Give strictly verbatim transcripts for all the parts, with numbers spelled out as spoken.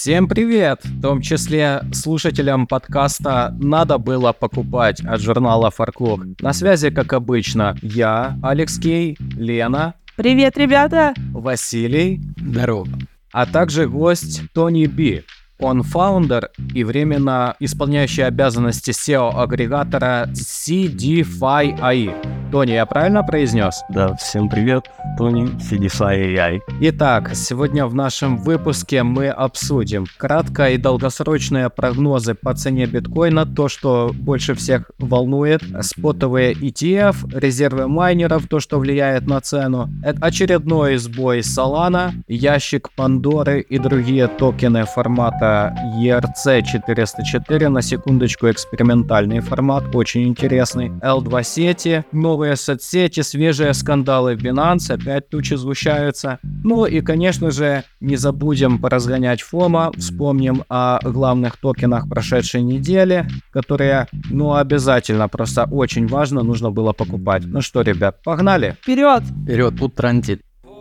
Всем привет! В том числе слушателям подкаста «Надо было покупать» от журнала Forklog. На связи, как обычно, я, Алекс Кей, Лена. Привет, ребята! Василий. Здорово. А также гость Тони Би. Он фаундер и временно исполняющий обязанности си и о-агрегатора Seedify эй ай. Тони, я правильно произнес? Да, всем привет, Тони, Seedify эй ай. Итак, сегодня в нашем выпуске мы обсудим кратко и долгосрочные прогнозы по цене биткоина, то, что больше всех волнует, спотовые и ти эф, резервы майнеров, то, что влияет на цену, очередной сбой Solana, ящик Пандоры и другие токены формата и ар си четыреста четыре, на секундочку, экспериментальный формат, очень интересный. эл два сети, новые соцсети, свежие скандалы Binance, опять тучи сгущаются. Ну и, конечно же, не забудем поразгонять фома, вспомним о главных токенах прошедшей недели, которые, ну, обязательно, просто очень важно, нужно было покупать. Ну что, ребят, погнали? Вперед! Вперед, тут транзит.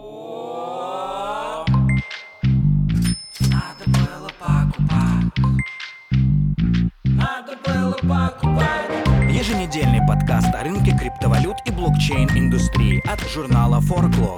Еженедельный подкаст о рынке криптовалют и блокчейн-индустрии от журнала Forklog.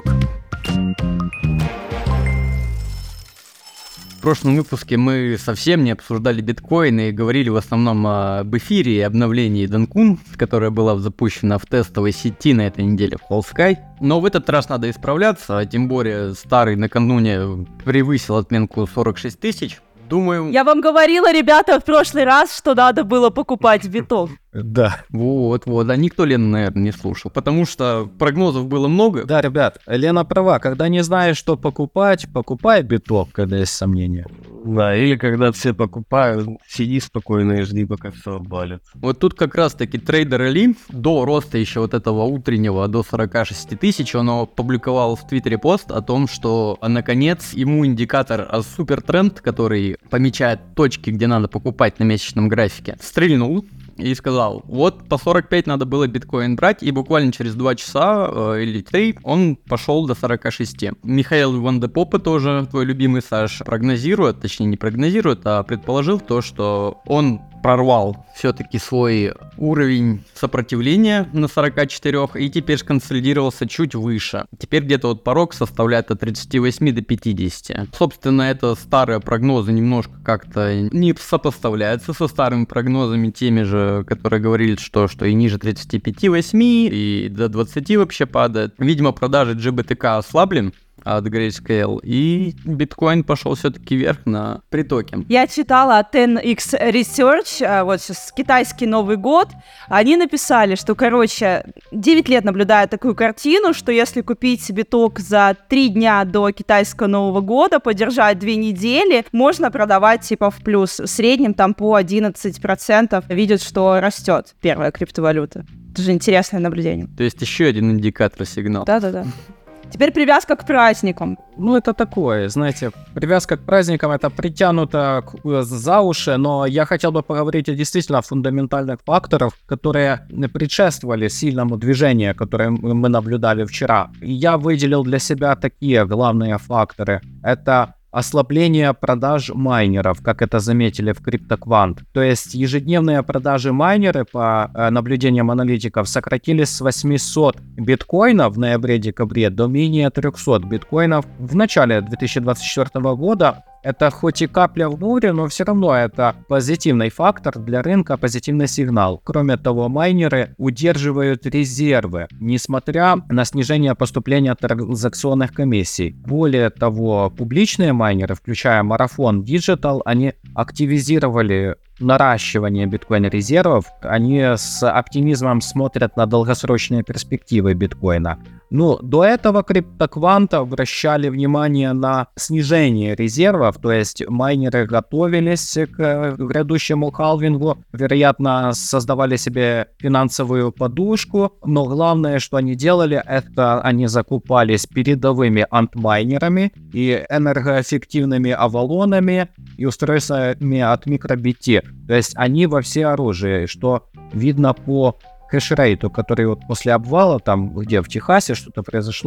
В прошлом выпуске мы совсем не обсуждали биткоин и говорили в основном об эфире и обновлении Данкун, которая была запущена в тестовой сети на этой неделе в Holsky. Но в этот раз надо исправляться, а тем более старый накануне превысил отметку сорок шесть тысяч. Думаю... Я вам говорила, ребята, в прошлый раз, что надо было покупать биток. Да. Вот, вот, а никто Лену, наверное, не слушал, потому что прогнозов было много. Да, ребят, Лена права, когда не знаешь, что покупать, покупай биток, когда есть сомнения. Да, или когда все покупают, сиди спокойно и жди, пока все обвалится. Вот тут как раз-таки трейдер Али, до роста еще вот этого утреннего, до сорок шесть тысяч, он опубликовал в Твиттере пост о том, что, а, наконец, ему индикатор а, супертренд, который помечает точки, где надо покупать на месячном графике, стрельнул. И сказал, вот по сорок пять надо было биткоин брать, и буквально через два часа э, или три он пошел до сорок шесть. Михаил Ван де Попе, тоже твой любимый Саш, прогнозирует, точнее не прогнозирует, а предположил то, что он прорвал все-таки свой уровень сопротивления на сорок четыре и теперь сконсолидировался чуть выше. Теперь где-то вот порог составляет от тридцати восьми до пятидесяти. Собственно, это старые прогнозы немножко как-то не сопоставляются со старыми прогнозами, теми же, которые говорили, что, что и ниже тридцати пяти восьми, и до двадцати вообще падает. Видимо, продажи джи би ти кей ослабли от Grayscale, и биткоин пошел все-таки вверх на притоке. Я читала ten икс Research, вот сейчас китайский Новый год, они написали, что, короче, девять лет наблюдают такую картину, что если купить биток за три дня до китайского Нового года, подержать две недели, можно продавать типа в плюс. В среднем там по одиннадцать процентов видят, что растет первая криптовалюта. Это же интересное наблюдение. То есть еще один индикатор, сигнал. Да-да-да. Теперь привязка к праздникам. Ну, это такое, знаете, привязка к праздникам, это притянуто к, за уши, но я хотел бы поговорить о действительно фундаментальных факторах, которые предшествовали сильному движению, которое мы наблюдали вчера. И я выделил для себя такие главные факторы. Это ослабление продаж майнеров, как это заметили в CryptoQuant. То есть ежедневные продажи майнеры, по э, наблюдениям аналитиков, сократились с восьмисот биткоинов в ноябре-декабре до менее трехсот биткоинов в начале две тысячи двадцать четвёртого года. Это хоть и капля в море, но все равно это позитивный фактор для рынка, позитивный сигнал. Кроме того, майнеры удерживают резервы, несмотря на снижение поступления транзакционных комиссий. Более того, публичные майнеры, включая Marathon Digital, они активизировали наращивание биткоин-резервов, они с оптимизмом смотрят на долгосрочные перспективы биткоина. Ну, до этого CryptoQuant обращали внимание на снижение резервов, то есть майнеры готовились к грядущему халвингу, вероятно, создавали себе финансовую подушку, но главное, что они делали, это они закупались передовыми антмайнерами и энергоэффективными авалонами и устройствами от MicroBT. То есть они во всеоружии, что видно по хэшрейту, который вот после обвала, там где в Техасе что-то произошло,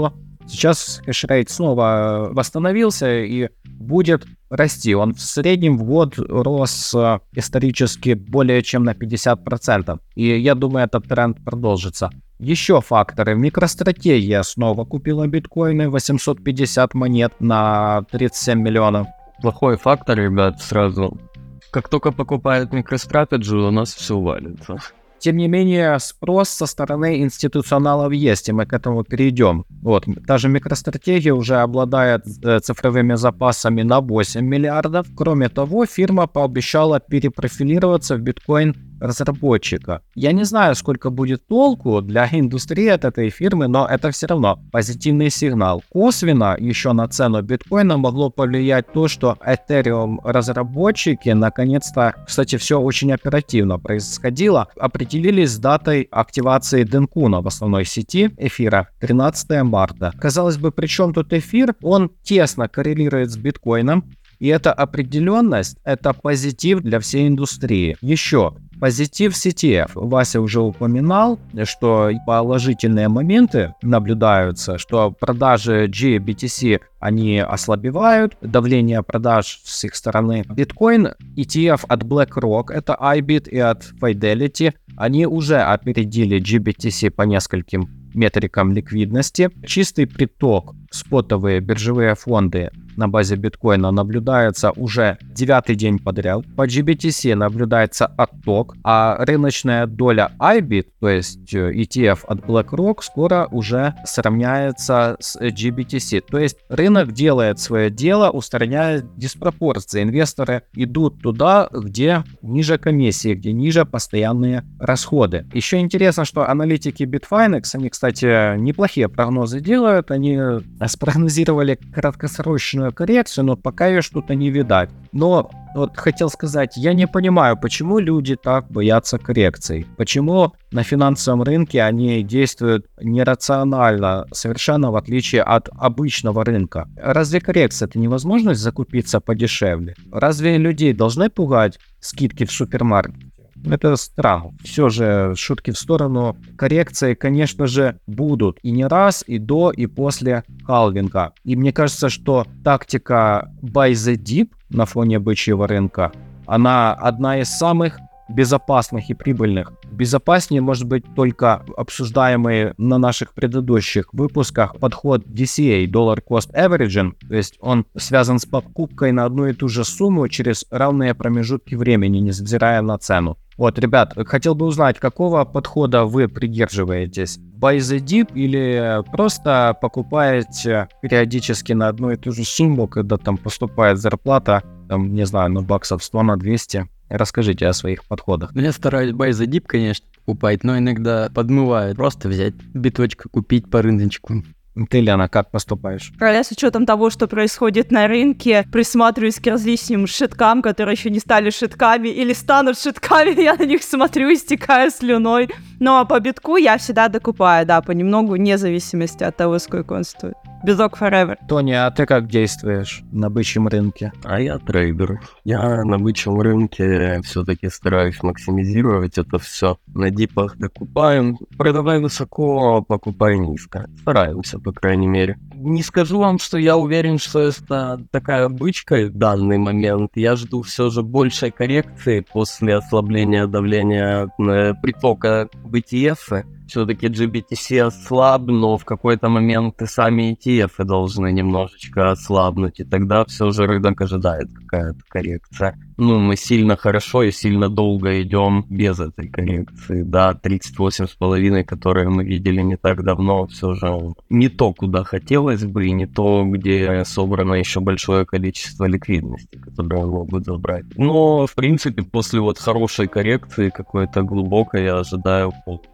Сейчас хешрейт снова восстановился и будет расти. Он в среднем в год рос э, исторически более чем на пятьдесят процентов. И я думаю, этот тренд продолжится. Еще факторы. MicroStrategy снова купила биткоины, восемьсот пятьдесят монет на тридцать семь миллионов. Плохой фактор, ребят, сразу. Как только покупают MicroStrategy, у нас все валится. Тем не менее, спрос со стороны институционалов есть, и мы к этому перейдем. Вот, та же MicroStrategy уже обладает э, цифровыми запасами на восемь миллиардов. Кроме того, фирма пообещала перепрофилироваться в биткоин разработчика. Я не знаю, сколько будет толку для индустрии от этой фирмы, но это все равно позитивный сигнал. Косвенно еще на цену биткоина могло повлиять то, что Ethereum разработчики наконец-то, кстати, все очень оперативно происходило, определились с датой активации Денкуна в основной сети эфира тринадцатого марта. Казалось бы, при чем тут эфир? Он тесно коррелирует с биткоином, и эта определенность — это позитив для всей индустрии. Еще позитив си ти эф. Вася уже упоминал, что положительные моменты наблюдаются, что продажи джи би ти си, они ослабевают, давление продаж с их стороны. Биткоин, и ти эф от BlackRock, это ай бит, и от Fidelity, они уже опередили джи би ти си по нескольким метрикам ликвидности. Чистый приток, спотовые биржевые фонды на базе биткоина наблюдается уже девятый день подряд. По джи би ти си наблюдается отток, а рыночная доля ай бит, то есть и ти эф от BlackRock, скоро уже сравняется с джи би ти си. То есть рынок делает свое дело, устраняя диспропорции. Инвесторы идут туда, где ниже комиссии, где ниже постоянные расходы. Еще интересно, что аналитики Bitfinex, они, кстати, неплохие прогнозы делают, они спрогнозировали краткосрочную коррекцию, но пока ее что-то не видать. Но вот хотел сказать, я не понимаю, почему люди так боятся коррекций. Почему на финансовом рынке они действуют нерационально, совершенно в отличие от обычного рынка. Разве коррекция — это невозможность закупиться подешевле? Разве людей должны пугать скидки в супермаркете? Это странно. Все же, шутки в сторону, коррекции, конечно же, будут и не раз, и до, и после халвинга. И мне кажется, что тактика buy the dip на фоне бычьего рынка, она одна из самых безопасных и прибыльных. Безопаснее может быть только обсуждаемый на наших предыдущих выпусках подход ди си эй, Dollar Cost Averaging, то есть он связан с покупкой на одну и ту же сумму через равные промежутки времени, невзирая на цену. Вот, ребят, хотел бы узнать, какого подхода вы придерживаетесь? Buy the dip или просто покупаете периодически на одну и ту же сумму, когда там поступает зарплата, там, не знаю, на баксов сто, на двести? Расскажите о своих подходах. Я стараюсь buy the dip, конечно, покупать, но иногда подмывает просто взять биточку, купить по рыночку. Ты, Лена, как поступаешь? Я с учетом того, что происходит на рынке, присматриваюсь к различным шиткам, которые еще не стали шитками или станут шитками, я на них смотрю, истекаю слюной. Но по битку я всегда докупаю, да, понемногу, вне зависимости от того, сколько он стоит. Бизок forever. Тони, а ты как действуешь на бычьем рынке? А я трейдер. Я на бычьем рынке все-таки стараюсь максимизировать это все. На дипах докупаем, продавай высоко, покупай низко. Стараемся, по крайней мере. Не скажу вам, что я уверен, что это такая бычка в данный момент. Я жду все же большей коррекции после ослабления давления э, притока в и ти эф. Все-таки джи би ти си ослаб, но в какой-то момент и сами и ти эф должны немножечко ослабнуть, и тогда все же рынок ожидает какая-то коррекция. Ну, мы сильно хорошо и сильно долго идем без этой коррекции, да, тридцать восемь с половиной, которые мы видели не так давно, все же не то, куда хотелось бы, и не то, где собрано еще большое количество ликвидности, которое могут забрать. Но, в принципе, после вот хорошей коррекции, какой-то глубокой, я ожидаю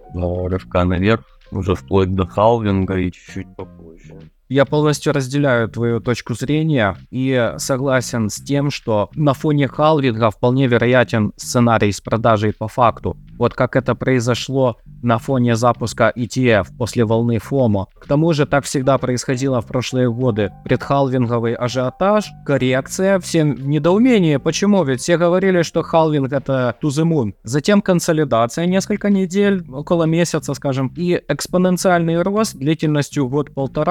рывка наверх, уже вплоть до халвинга и чуть-чуть попозже. Я полностью разделяю твою точку зрения и согласен с тем, что на фоне халвинга вполне вероятен сценарий с продажей по факту. Вот как это произошло на фоне запуска и ти эф после волны фомо. К тому же так всегда происходило в прошлые годы. Предхалвинговый ажиотаж, коррекция, всем в недоумении. Почему? Ведь все говорили, что халвинг — это to the moon. Затем консолидация несколько недель, около месяца, скажем, и экспоненциальный рост длительностью год-полтора.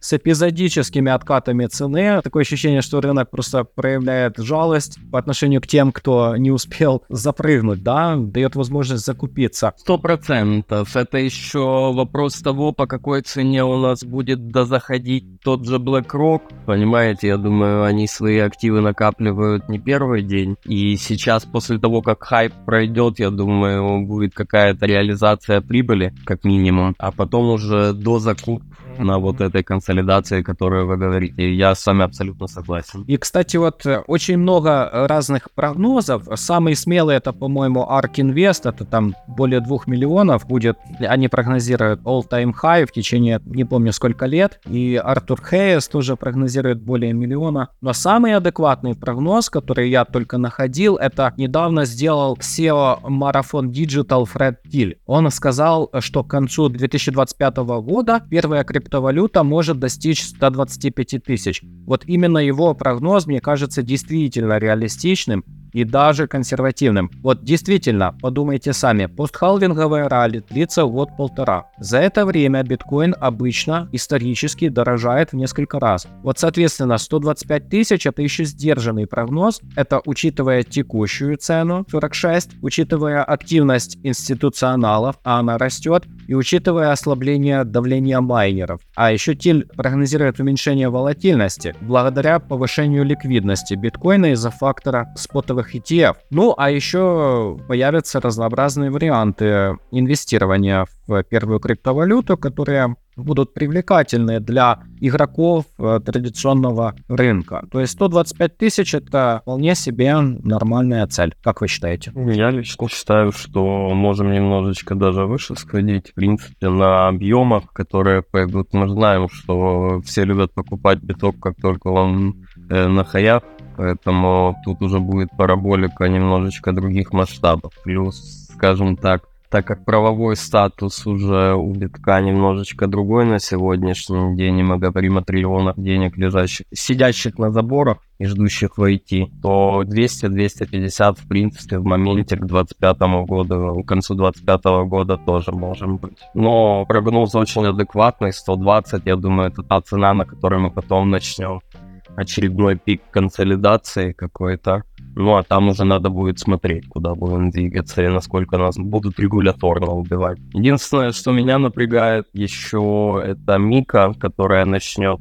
с эпизодическими откатами цены. Такое ощущение, что рынок просто проявляет жалость по отношению к тем, кто не успел запрыгнуть, да, дает возможность закупиться. Сто процентов. Это еще вопрос того, по какой цене у нас будет дозаходить тот же BlackRock. Понимаете, я думаю, они свои активы накапливают не первый день. И сейчас, после того, как хайп пройдет, я думаю, будет какая-то реализация прибыли, как минимум. А потом уже до закупки на вот этой консолидации, которую вы говорите. Я с вами абсолютно согласен. И, кстати, вот очень много разных прогнозов. Самый смелый это, по-моему, Ark Invest. Это там более двух миллионов будет. Они прогнозируют all-time high в течение, не помню, сколько лет. И Артур Хейс тоже прогнозирует более миллиона. Но самый адекватный прогноз, который я только находил, это недавно сделал си и о Marathon Digital Фред Тиль. Он сказал, что к концу две тысячи двадцать пятого года первая криптовалюта может достичь сто двадцать пять тысяч. Вот именно его прогноз, мне кажется, действительно реалистичным и даже консервативным. Вот действительно, подумайте сами, постхалвинговое ралли длится год-полтора. За это время биткоин обычно исторически дорожает в несколько раз. Вот, соответственно, сто двадцать пять тысяч это еще сдержанный прогноз. Это учитывая текущую цену сорок шесть, учитывая активность институционалов, а она растет, и учитывая ослабление давления майнеров. А еще Тиль прогнозирует уменьшение волатильности благодаря повышению ликвидности биткоина из-за фактора спотовых и ти эф. Ну, а еще появятся разнообразные варианты инвестирования в первую криптовалюту, которые будут привлекательны для игроков э, традиционного рынка. То есть сто двадцать пять тысяч это вполне себе нормальная цель. Как вы считаете? Я лично считаю, что можем немножечко даже выше сходить. В принципе, на объемах, которые пойдут, мы знаем, что все любят покупать биток, как только он э, на хаях. Поэтому тут уже будет параболика немножечко других масштабов. Плюс, скажем так, так как правовой статус уже у битка немножечко другой на сегодняшний день, и мы говорим о триллионах денег, лежащих, сидящих на заборах и ждущих войти, то двести - двести пятьдесят, в принципе, в моменте к двадцать пятому году, к концу двадцать пятого года тоже можем быть. Но прогноз очень адекватный, сто двадцать, я думаю, это та цена, на которой мы потом начнем очередной пик консолидации какой-то. Ну, а там уже надо будет смотреть, куда будем двигаться и насколько нас будут регуляторно убивать. Единственное, что меня напрягает еще, это Мика, которая начнет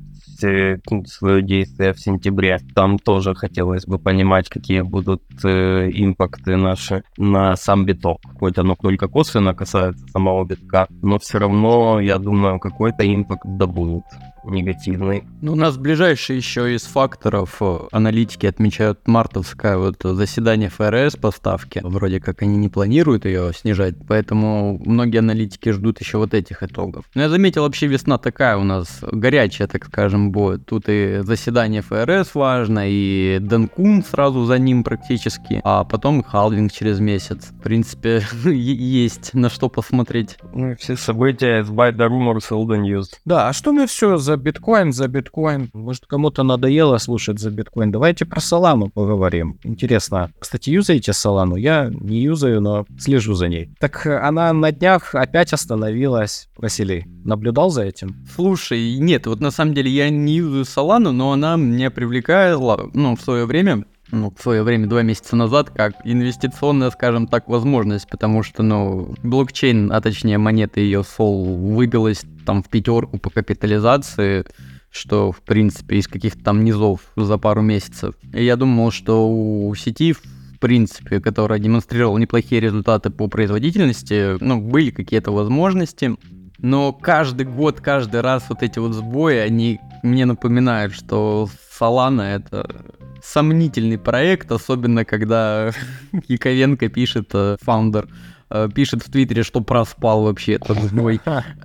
свое действие в сентябре. Там тоже хотелось бы понимать, какие будут э, импакты наши на сам биток. Хоть оно только косвенно касается самого битка, но все равно, я думаю, какой-то импакт да будет негативный. Ну, у нас ближайший еще из факторов аналитики отмечают мартовское вот заседание эф эр эс по ставке. Вроде как они не планируют ее снижать, поэтому многие аналитики ждут еще вот этих итогов. Но я заметил, вообще весна такая у нас горячая, так скажем, будет. Тут и заседание эф эр эс важно, и Дэн Кун сразу за ним практически, а потом халвинг через месяц. В принципе, есть на что посмотреть. Ну, все события is by the rumors, sell the news. Да, а что мы все за биткоин, за биткоин? Может, кому-то надоело слушать за биткоин? Давайте про Солану поговорим. Интересно. Кстати, юзаете Солану? Я не юзаю, но слежу за ней. Так она на днях опять остановилась. Василий, наблюдал за этим? Слушай, нет, вот на самом деле я не юзаю Солану, но она меня привлекала, ну, в свое время. Ну, в свое время, два месяца назад, как инвестиционная, скажем так, возможность, потому что, ну, блокчейн, а точнее монета ее Сол выбилась там в пятерку по капитализации, что, в принципе, из каких-то там низов за пару месяцев. И я думал, что у сети, в принципе, которая демонстрировала неплохие результаты по производительности, ну, были какие-то возможности, но каждый год, каждый раз вот эти вот сбои, они мне напоминают, что Solana — это сомнительный проект, особенно когда Яковенко пишет, фаундер, пишет в Твиттере, что проспал вообще этот сбой.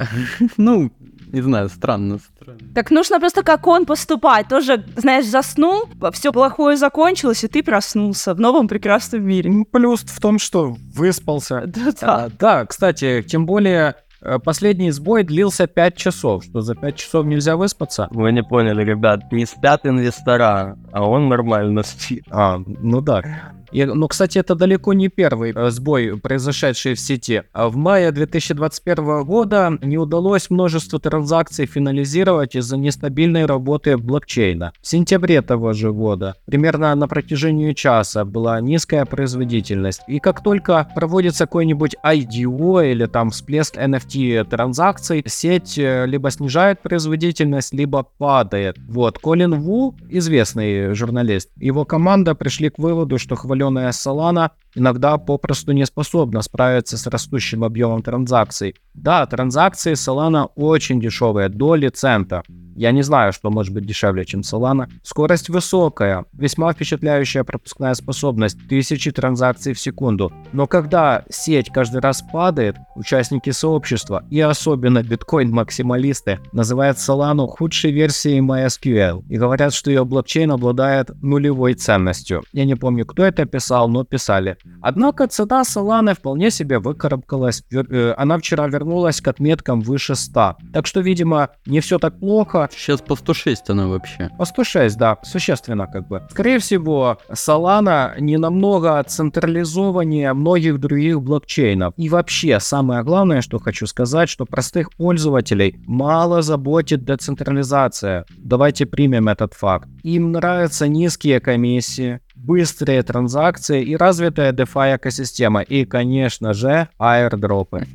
Ну, не знаю, странно. Так нужно просто как он поступать. Тоже, знаешь, заснул, все плохое закончилось, и ты проснулся в новом прекрасном мире. Плюс в том, что выспался. Да-да. А, да, кстати, тем более последний сбой длился пять часов, что за пять часов нельзя выспаться. Вы не поняли, ребят, не спят инвестора, а он нормально спит. А, ну да. И, ну, кстати, это далеко не первый э, сбой, произошедший в сети. А в мае две тысячи двадцать первого года не удалось множество транзакций финализировать из-за нестабильной работы блокчейна. В сентябре того же года, примерно на протяжении часа, была низкая производительность. И как только проводится какой-нибудь ай ди о или там всплеск эн эф ти транзакций, сеть э, либо снижает производительность, либо падает. Вот, Колин Ву, известный журналист, его команда пришли к выводу, что хваленая Solana иногда попросту не способна справиться с растущим объемом транзакций. Да, транзакции Solana очень дешевые, доли цента. Я не знаю, что может быть дешевле, чем Solana. Скорость высокая, весьма впечатляющая пропускная способность, тысячи транзакций в секунду. Но когда сеть каждый раз падает, участники сообщества, и особенно биткоин-максималисты, называют Solana худшей версией MySQL и говорят, что ее блокчейн обладает нулевой ценностью. Я не помню, кто это писал, но писали. Однако цена Solana вполне себе выкарабкалась. Она вчера вернулась к отметкам выше ста. Так что, видимо, не все так плохо. Сейчас по сто шесть она вообще. По сто шесть, да, существенно как бы. Скорее всего, Solana не намного централизованнее многих других блокчейнов. И вообще, самое главное, что хочу сказать, что простых пользователей мало заботит децентрализация. Давайте примем этот факт. Им нравятся низкие комиссии, быстрые транзакции и развитая DeFi экосистема. И, конечно же, аирдропы.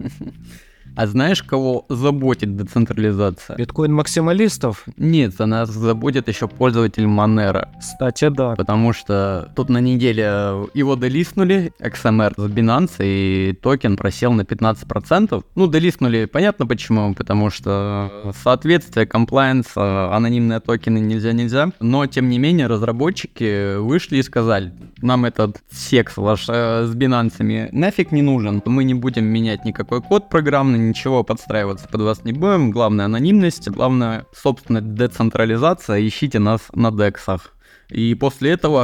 А знаешь, кого заботит децентрализация? Биткоин-максималистов? Нет, она заботит еще пользователей Monero. Кстати, да. Потому что тут на неделе его делистнули, икс эм эр с Binance, и токен просел на пятнадцать процентов. Ну, делистнули, понятно почему, потому что соответствие, комплайенс, анонимные токены нельзя-нельзя. Но, тем не менее, разработчики вышли и сказали, нам этот секс ваш э, с Binance'ами нафиг не нужен. Мы не будем менять никакой код программный, ничего подстраиваться под вас не будем. Главное анонимность, главное, собственно, децентрализация. Ищите нас на дексах. И после этого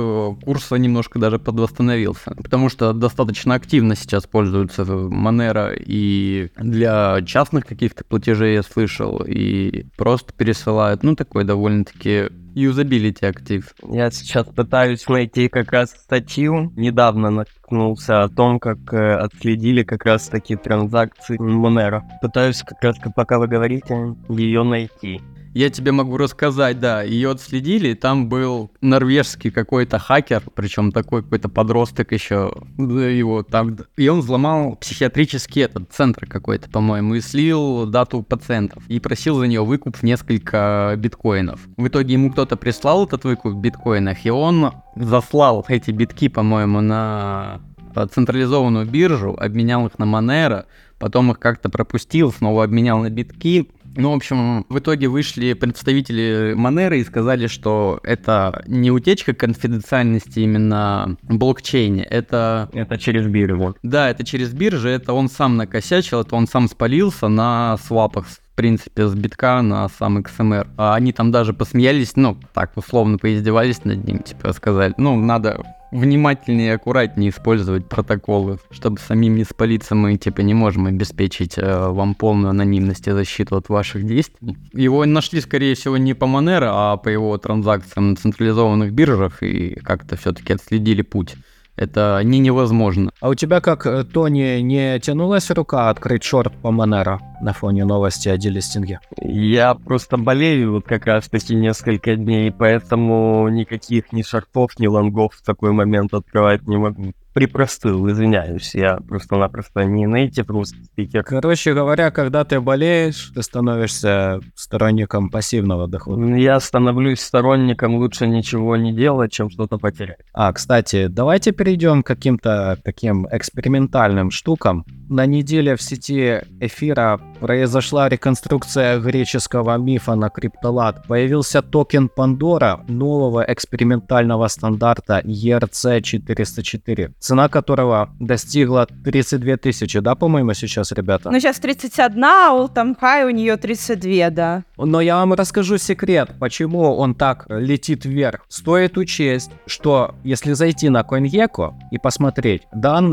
курс немножко даже подвосстановился. Потому что достаточно активно сейчас пользуются Monero и для частных каких-то платежей, я слышал, и просто пересылают. Ну, такой довольно-таки юзабилити актив. Я сейчас пытаюсь найти как раз статью. Недавно наткнулся о том, как э, отследили как раз таки транзакции Monero. Пытаюсь как раз, пока вы говорите, ее найти. Я тебе могу рассказать, да, ее отследили, там был норвежский какой-то хакер, причем такой какой-то подросток еще, его там, и он взломал психиатрический этот центр какой-то, по-моему, и слил дату пациентов, и просил за нее выкуп в несколько биткоинов. В итоге ему кто-то прислал этот выкуп в биткоинах, и он заслал эти битки, по-моему, на централизованную биржу, обменял их на Monero, потом их как-то пропустил, снова обменял на битки. Ну, в общем, в итоге вышли представители Monero и сказали, что это не утечка конфиденциальности именно в блокчейне, это... Это через биржу. Да, это через биржу, это он сам накосячил, это он сам спалился на свапах, в принципе, с битка на сам икс эм эр. А они там даже посмеялись, ну, так, условно поиздевались над ним, типа, сказали, ну, надо внимательнее и аккуратнее использовать протоколы, чтобы самим не спалиться. Мы, типа, не можем обеспечить э, вам полную анонимность и защиту от ваших действий. Его нашли, скорее всего, не по Monero, а по его транзакциям на централизованных биржах и как-то все-таки отследили путь. Это не невозможно. А у тебя как, Тони, не тянулась рука открыть шорт по Monero на фоне новости о делистинге? Я просто болею вот как раз таки несколько дней, поэтому никаких ни шортов, ни лонгов в такой момент открывать не могу. Припростыл, извиняюсь, я просто-напросто не нейтив русский спикер. Короче говоря, когда ты болеешь, ты становишься сторонником пассивного дохода. Я становлюсь сторонником лучше ничего не делать, чем что-то потерять. А, кстати, давайте перейдем к каким-то таким экспериментальным штукам. На неделе в сети эфира произошла реконструкция греческого мифа на криптолад. Появился токен Пандора нового экспериментального стандарта и эр си четыреста четыре, цена которого достигла тридцать две тысячи, да, по-моему, сейчас, ребята? Ну, сейчас тридцать одна, а all-time high у нее тридцать две, да. Но я вам расскажу секрет, почему он так летит вверх. Стоит учесть, что если зайти на CoinGecko и посмотреть данные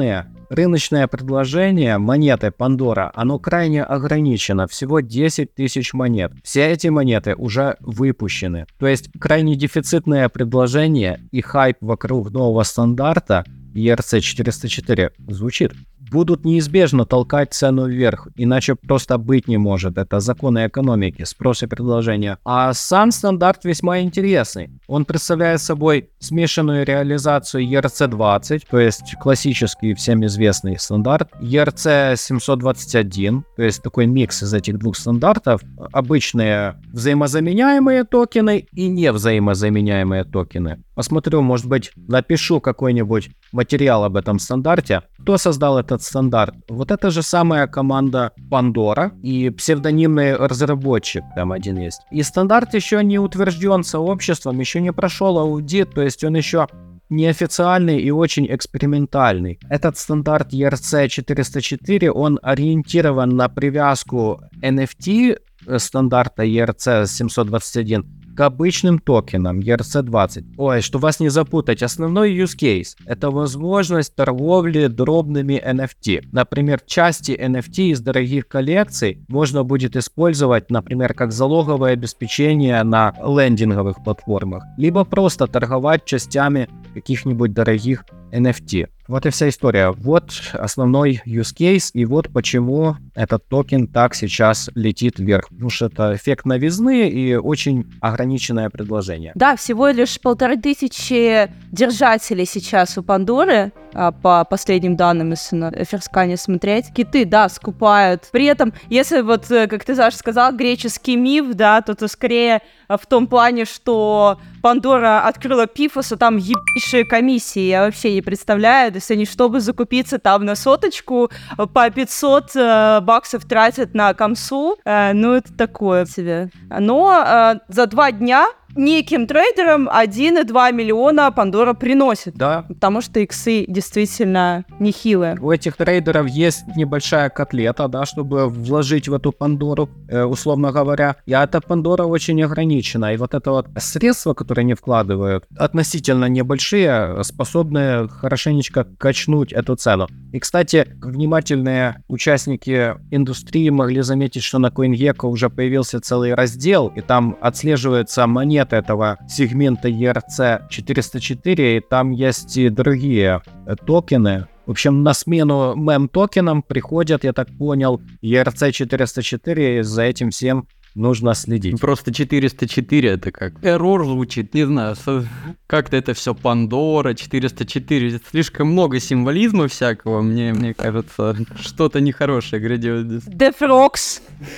рыночное предложение монеты Pandora, оно крайне ограничено, всего десять тысяч монет. Все эти монеты уже выпущены. То есть крайне дефицитное предложение и хайп вокруг нового стандарта и эр си четыреста четыре звучит. Будут неизбежно толкать цену вверх, иначе просто быть не может. Это законы экономики, спрос и предложение. А сам стандарт весьма интересный. Он представляет собой смешанную реализацию и эр си двадцать, то есть классический всем известный стандарт, и эр си семьсот двадцать один, то есть такой микс из этих двух стандартов. Обычные взаимозаменяемые токены и невзаимозаменяемые токены. Посмотрю, может быть, напишу какой-нибудь материал об этом стандарте. Кто создал этот стандарт? Вот это же самая команда Pandora и псевдонимный разработчик, там один есть. И стандарт еще не утвержден сообществом, еще не прошел аудит, то есть он еще неофициальный и очень экспериментальный. Этот стандарт и эр си четыреста четыре, он ориентирован на привязку эн эф ти стандарта и эр си семьсот двадцать один к обычным токенам и эр си двадцать. Ой, что вас не запутать, основной use case — это возможность торговли дробными эн эф ти. Например, части эн эф ти из дорогих коллекций можно будет использовать, например, как залоговое обеспечение на лендинговых платформах, либо просто торговать частями каких-нибудь дорогих эн эф ти. Вот и вся история. Вот основной use case, и вот почему этот токен так сейчас летит вверх. Потому что это эффект новизны и очень ограниченное предложение. Да, всего лишь полторы тысячи держателей сейчас у Пандоры, по последним данным, если на Эфирскане смотреть. Киты, да, скупают. При этом, если вот, как ты, Саша, сказал, греческий миф, да, то то скорее в том плане, что Пандора открыла пифос, а там ебейшие комиссии. Я вообще не представляю, если они, чтобы закупиться там на соточку, по пятьсот э, баксов тратят на комсу, э, ну это такое себе. Но э, за два дня неким трейдерам один и два миллиона Пандора приносит. Да. Потому что иксы действительно нехилые. У этих трейдеров есть небольшая котлета, да, чтобы вложить в эту Пандору, э, условно говоря. И эта Пандора очень ограничена. И вот это вот средства, которые они вкладывают, относительно небольшие, способны хорошенечко качнуть эту цену. И, кстати, внимательные участники индустрии могли заметить, что на CoinGecko уже появился целый раздел, и там отслеживается монета этого сегмента и эр си четыреста четыре, и там есть и другие э, токены. В общем, на смену мем-токенам приходят, я так понял, и эр си четыреста четыре, и за этим всем нужно следить. Просто четыреста четыре это как эррор звучит, не знаю, со... как-то это все Пандора, четыреста четыре, слишком много символизма всякого, мне, мне кажется, что-то нехорошее грядет. Дефрокс.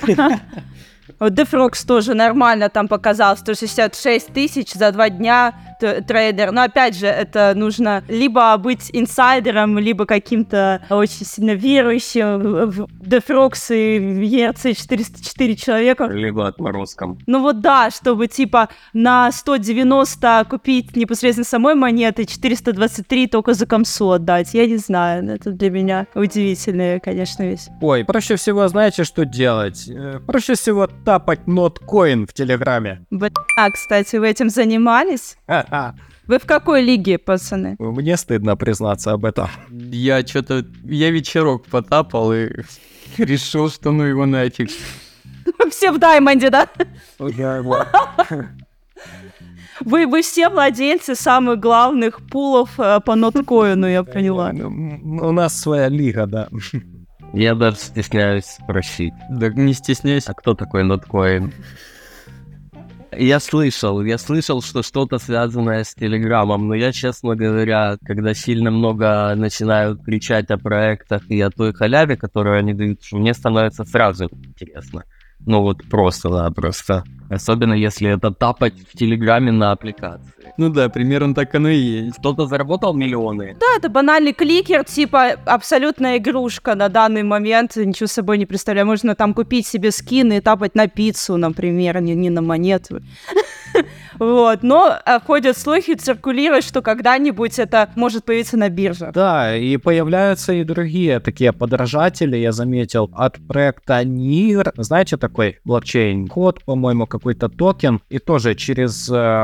Дефрокс тоже нормально там показал, сто шестьдесят шесть тысяч за два дня трейдер. Но опять же, это нужно либо быть инсайдером, либо каким-то очень сильно верующим в Дефрокс и в и эр си четыреста четыре человека. Либо отморозком. Ну вот да, чтобы типа на сто девяносто купить непосредственно самой монеты, четыреста двадцать три только за комсу отдать. Я не знаю, это для меня удивительная, конечно, вещь. Ой, проще всего, знаете, что делать? Проще всего тапать NotCoin в Телеграме. Бля, кстати, вы этим занимались? Ха-ха. Вы в какой лиге, пацаны? Мне стыдно признаться об этом. Я что-то, я вечерок потапал и решил, что ну его нафиг. Все в Даймонде, да? Вы, вы все владельцы самых главных пулов э, по ноткоину, я поняла. У нас своя лига, да. Я даже стесняюсь спросить. Да не стесняйся. А кто такой NotCoin? Я слышал, я слышал, что что-то связанное с Телеграмом, но я, честно говоря, когда сильно много начинают кричать о проектах и о той халяве, которую они дают, мне становится сразу интересно. Ну вот просто-напросто. Особенно если это тапать в Телеграме на аппликации. Ну да, примерно так оно и есть. Кто-то заработал миллионы. Да, это банальный кликер, типа абсолютная игрушка на данный момент, ничего собой не представляю. Можно там купить себе скины и тапать на пиццу, например, не, не на монету. Вот, но ходят слухи, циркулируют, что когда-нибудь это может появиться на бирже. Да, и появляются и другие такие подражатели, я заметил, от проекта нир. Знаете, такой блокчейн-код, по-моему, какой-то токен, и тоже через э,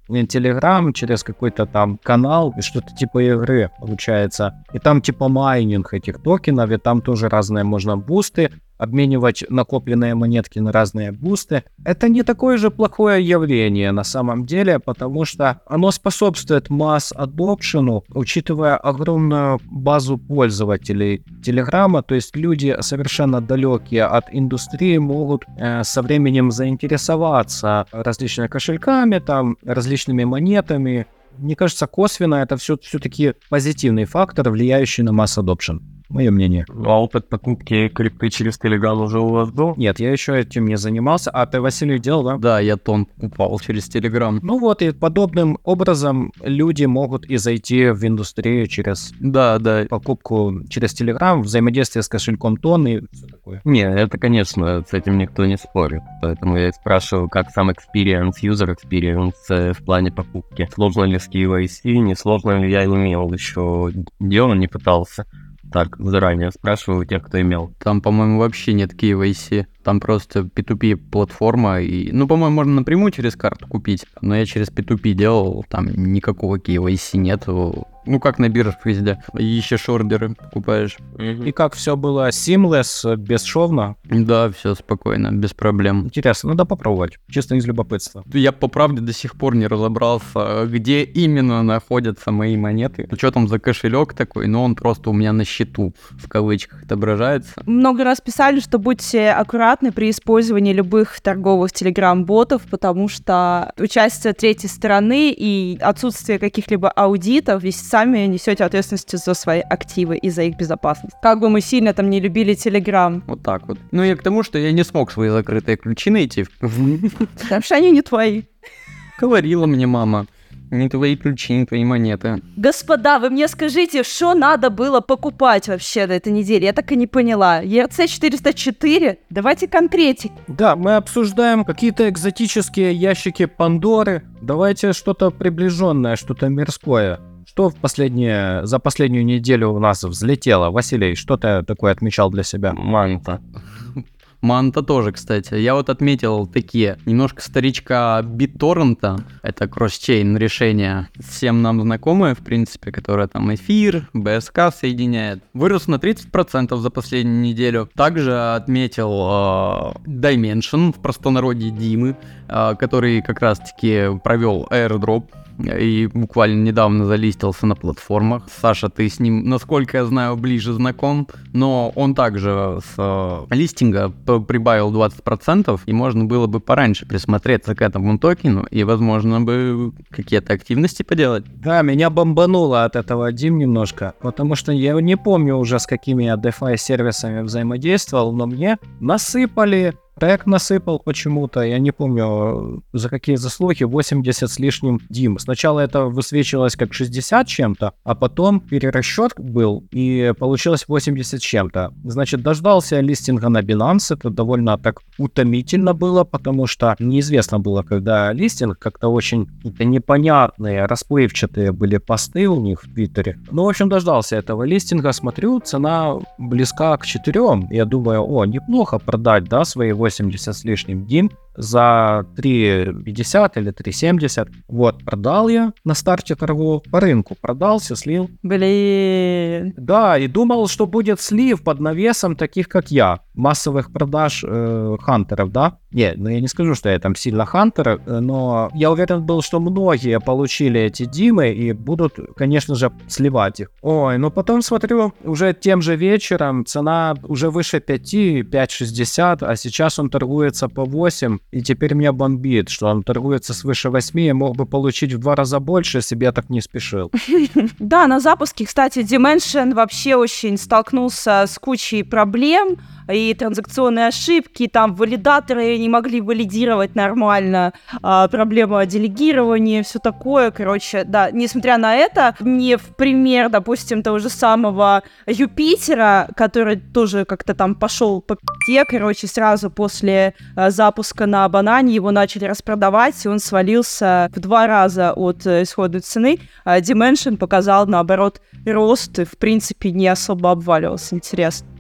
Telegram, через какой-то там канал, и что-то типа игры получается. И там типа майнинг этих токенов, и там тоже разные можно бусты обменивать накопленные монетки на разные бусты. Это не такое же плохое явление на самом деле, потому что оно способствует масс-адопшену, учитывая огромную базу пользователей Телеграма, то есть люди совершенно далекие от индустрии могут э, со временем заинтересоваться различными кошельками, там, различными монетами. Мне кажется, косвенно это все, все-таки позитивный фактор, влияющий на масс-адопшен. Мое мнение. А опыт покупки крипты через Telegram уже у вас был? Нет, я еще этим не занимался. А ты, Василий, делал, да? Да, я тон покупал через Telegram. Ну вот, и подобным образом люди могут и зайти в индустрию через Да, да. покупку через Telegram, взаимодействие с кошельком Тон и все такое. Не, это, конечно, с этим никто не спорит. Поэтому я и спрашиваю, как сам experience, user experience э, в плане покупки. Сложно ли с кей вай си, не сложно ли, я не имел еще дела, не пытался. Так, заранее спрашиваю у тех, кто имел. Там, по-моему, вообще нет кей вай си. Там просто пи ту пи платформа. И, ну, по-моему, можно напрямую через карту купить. Но я через пи ту пи делал, там никакого кей вай си нету. Ну, как на биржах везде. Ищешь ордеры, покупаешь. И как все было seamless, бесшовно? Да, все спокойно, без проблем. Интересно, надо попробовать, чисто из любопытства. Я, по правде, до сих пор не разобрался, где именно находятся мои монеты. Что там за кошелек такой, но он просто у меня на счету, в кавычках, отображается. Много раз писали, что будьте аккуратны при использовании любых торговых телеграм-ботов, потому что участие третьей стороны и отсутствие каких-либо аудитов, ведь сами несете ответственность за свои активы и за их безопасность. Как бы мы сильно там не любили Телеграм. Вот так вот. Ну и к тому, что я не смог свои закрытые ключи найти. Потому что они не твои. Говорила мне мама. Не твои ключи, не твои монеты. Господа, вы мне скажите, что надо было покупать вообще на этой неделе? Я так и не поняла. и эр си четыреста четыре? Давайте конкретик. Да, мы обсуждаем какие-то экзотические ящики Пандоры. Давайте что-то приближенное, что-то мирское. Что в последнее, за последнюю неделю у нас взлетело? Василий, что ты такое отмечал для себя? Манта. Манта тоже, кстати. Я вот отметил такие немножко старичка BitTorrent. Это кросс-чейн решение. Всем нам знакомое, в принципе, которое там эфир, би эс кей соединяет. Вырос на тридцать процентов за последнюю неделю. Также отметил э, Dimension, в простонародье Димы, э, который как раз-таки провел airdrop. И буквально недавно залистился на платформах. Саша, ты с ним, насколько я знаю, ближе знаком, но он также с э, листинга прибавил двадцать процентов, и можно было бы пораньше присмотреться к этому токену, и, возможно, бы какие-то активности поделать. Да, меня бомбануло от этого, Дим, немножко, потому что я не помню уже, с какими я DeFi-сервисами взаимодействовал, но мне насыпали. Проект насыпал почему-то, я не помню, за какие заслуги, восемьдесят с лишним дим. Сначала это высвечивалось как шестьдесят чем-то, а потом перерасчет был, и получилось восемьдесят чем-то. Значит, дождался листинга на Binance, это довольно так утомительно было, потому что неизвестно было, когда листинг, как-то очень какие-то непонятные, расплывчатые были посты у них в Твиттере. Ну, в общем, дождался этого листинга, смотрю, цена близка к четырем. Я думаю, о, неплохо продать, да, свои восемьдесят с лишним дим за три пятьдесят или три семьдесят. Вот, продал я на старте торгов по рынку. Продался, слил. Блин. Да, и думал, что будет слив под навесом таких, как я. Массовых продаж э, хантеров, да? Не, ну я не скажу, что я там сильно хантер, но я уверен был, что многие получили эти димы и будут, конечно же, сливать их. Ой, ну потом смотрю, уже тем же вечером цена уже выше пяти, пять шестьдесят, а сейчас он торгуется по восемь. И теперь меня бомбит, что он торгуется свыше восьми, я мог бы получить в два раза больше, если бы я так не спешил. Да, на запуске, кстати, Dimension вообще очень столкнулся с кучей проблем, и транзакционные ошибки, там валидаторы не могли валидировать нормально, а, проблема делегирования, все такое, короче, да, несмотря на это, не в пример, допустим, того же самого Юпитера, который тоже как-то там пошел по пи***е, короче, сразу после а, запуска на банане его начали распродавать, и он свалился в два раза от а, исходной цены, а Dimension показал, наоборот, рост, и, в принципе, не особо обваливался, интересно.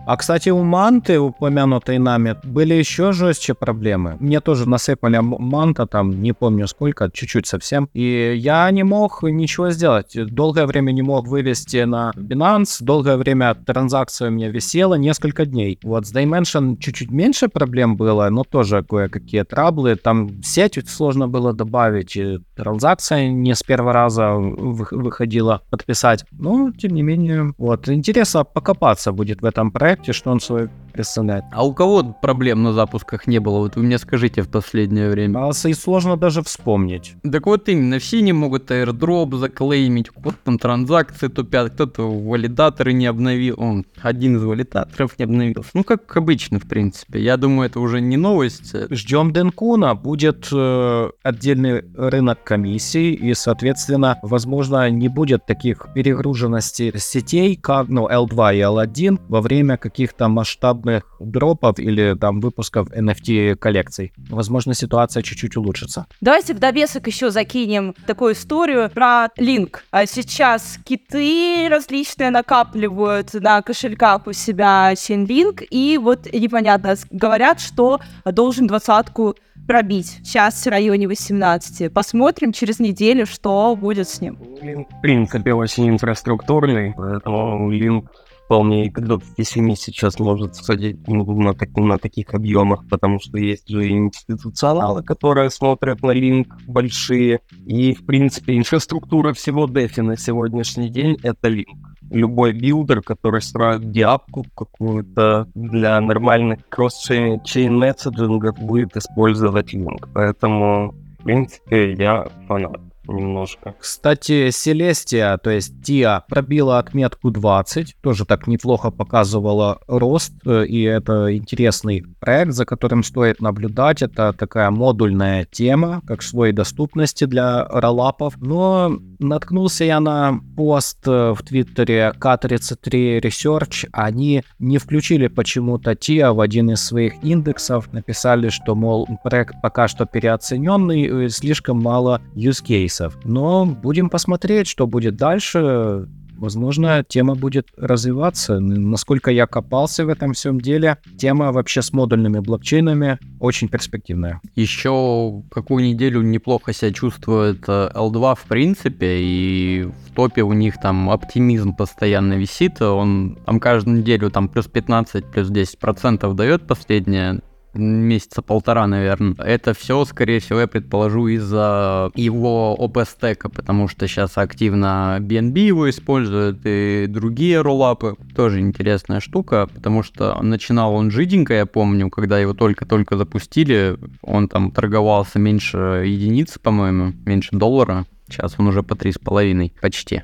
А, кстати, у манты, упомянутой нами, были еще жестче проблемы. Мне тоже насыпали манта, там, не помню сколько, чуть-чуть совсем. И я не мог ничего сделать. Долгое время не мог вывести на Binance, долгое время транзакция у меня висела несколько дней. Вот с Dymension чуть-чуть меньше проблем было, но тоже кое-какие траблы. Там сеть сложно было добавить, и транзакция не с первого раза выходила подписать. Но, тем не менее, вот. Интересно покопаться будет в этом проекте, что он свой представляет. А у кого проблем на запусках не было? Вот вы мне скажите в последнее время. А и сложно даже вспомнить. Так вот именно, все не могут airdrop заклеймить, вот там транзакции тупят, кто-то валидаторы не обновил, он, один из валидаторов не обновился. Ну, как обычно, в принципе. Я думаю, это уже не новость. Ждем Денкуна, будет э, отдельный рынок комиссий, и, соответственно, возможно, не будет таких перегруженностей сетей, как, ну, эл два и эл один во время каких-то масштабных дропов или там выпусков эн эф ти-коллекций. Возможно, ситуация чуть-чуть улучшится. Давайте в довесок еще закинем такую историю про Линк. А сейчас киты различные накапливают на кошельках у себя Chainlink, и вот непонятно, говорят, что должен двадцатку пробить. Сейчас в районе восемнадцати. Посмотрим через неделю, что будет с ним. Линк, в принципе, очень инфраструктурный, поэтому Линк вполне и до пяти семи сейчас может сходить на, так, на таких объемах, потому что есть же институционалы, которые смотрят на Линк большие, и, в принципе, инфраструктура всего дефи на сегодняшний день — это Линк. Любой билдер, который строит диапку какую-то для нормальных кросс-чейн месседжингов, будет использовать Link. Поэтому, в принципе, я фанат немножко. Кстати, Celestia, то есть Тиа, пробила отметку двадцать, тоже так неплохо показывала рост, и это интересный проект, за которым стоит наблюдать. Это такая модульная тема, как слой доступности для роллапов. Но наткнулся я на пост в Твиттере кей тридцать три Research. Они не включили почему-то Тиа в один из своих индексов. Написали, что, мол, проект пока что переоцененный, слишком мало use cases. Но будем посмотреть, что будет дальше. Возможно, тема будет развиваться. Насколько я копался в этом всем деле, тема вообще с модульными блокчейнами очень перспективная. Еще какую неделю неплохо себя чувствует эл два в принципе, и в топе у них там оптимизм постоянно висит. Он там каждую неделю там плюс пятнадцать, плюс десять процентов дает последнее. Месяца полтора, наверное. Это все, скорее всего, я предположу, из-за его о пи стека, потому что сейчас активно би эн би его используют и другие роллапы. Тоже интересная штука, потому что начинал он жиденько, я помню, когда его только-только запустили, он там торговался меньше единицы, по-моему, меньше доллара. Сейчас он уже по три с половиной почти.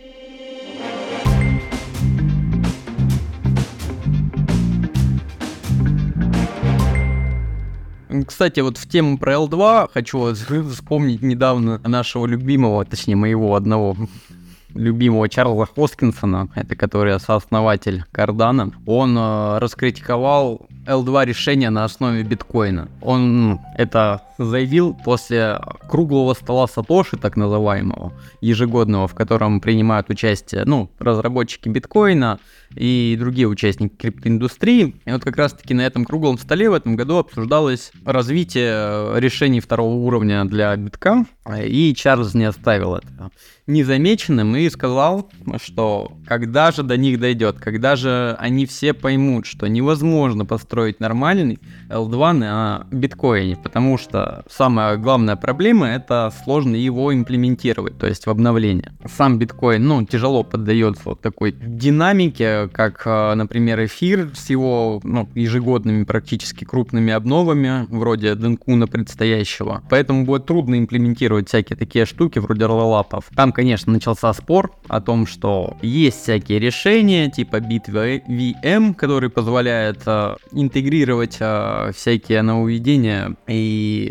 Кстати, вот в тему про эл два хочу вспомнить недавно нашего любимого, точнее моего одного любимого Чарльза Хоскинсона, это который сооснователь Cardano. Он э, раскритиковал эл два решение на основе биткоина. Он это заявил после круглого стола Сатоши, так называемого, ежегодного, в котором принимают участие, ну, разработчики биткоина и другие участники криптоиндустрии. И вот как раз-таки на этом круглом столе в этом году обсуждалось развитие решений второго уровня для битка, и Чарльз не оставил это незамеченным и сказал, что когда же до них дойдет, когда же они все поймут, что невозможно построить нормальный эл два на биткоине, потому что самая главная проблема — это сложно его имплементировать, то есть в обновление. Сам биткоин, ну, тяжело поддается вот такой динамике, как, например, эфир с его, ну, ежегодными практически крупными обновами, вроде Денкуна предстоящего. Поэтому будет трудно имплементировать всякие такие штуки вроде роллапов. Там, конечно, начался спор о том, что есть всякие решения, типа BitVM, который позволяет э, интегрировать э, всякие нововведения и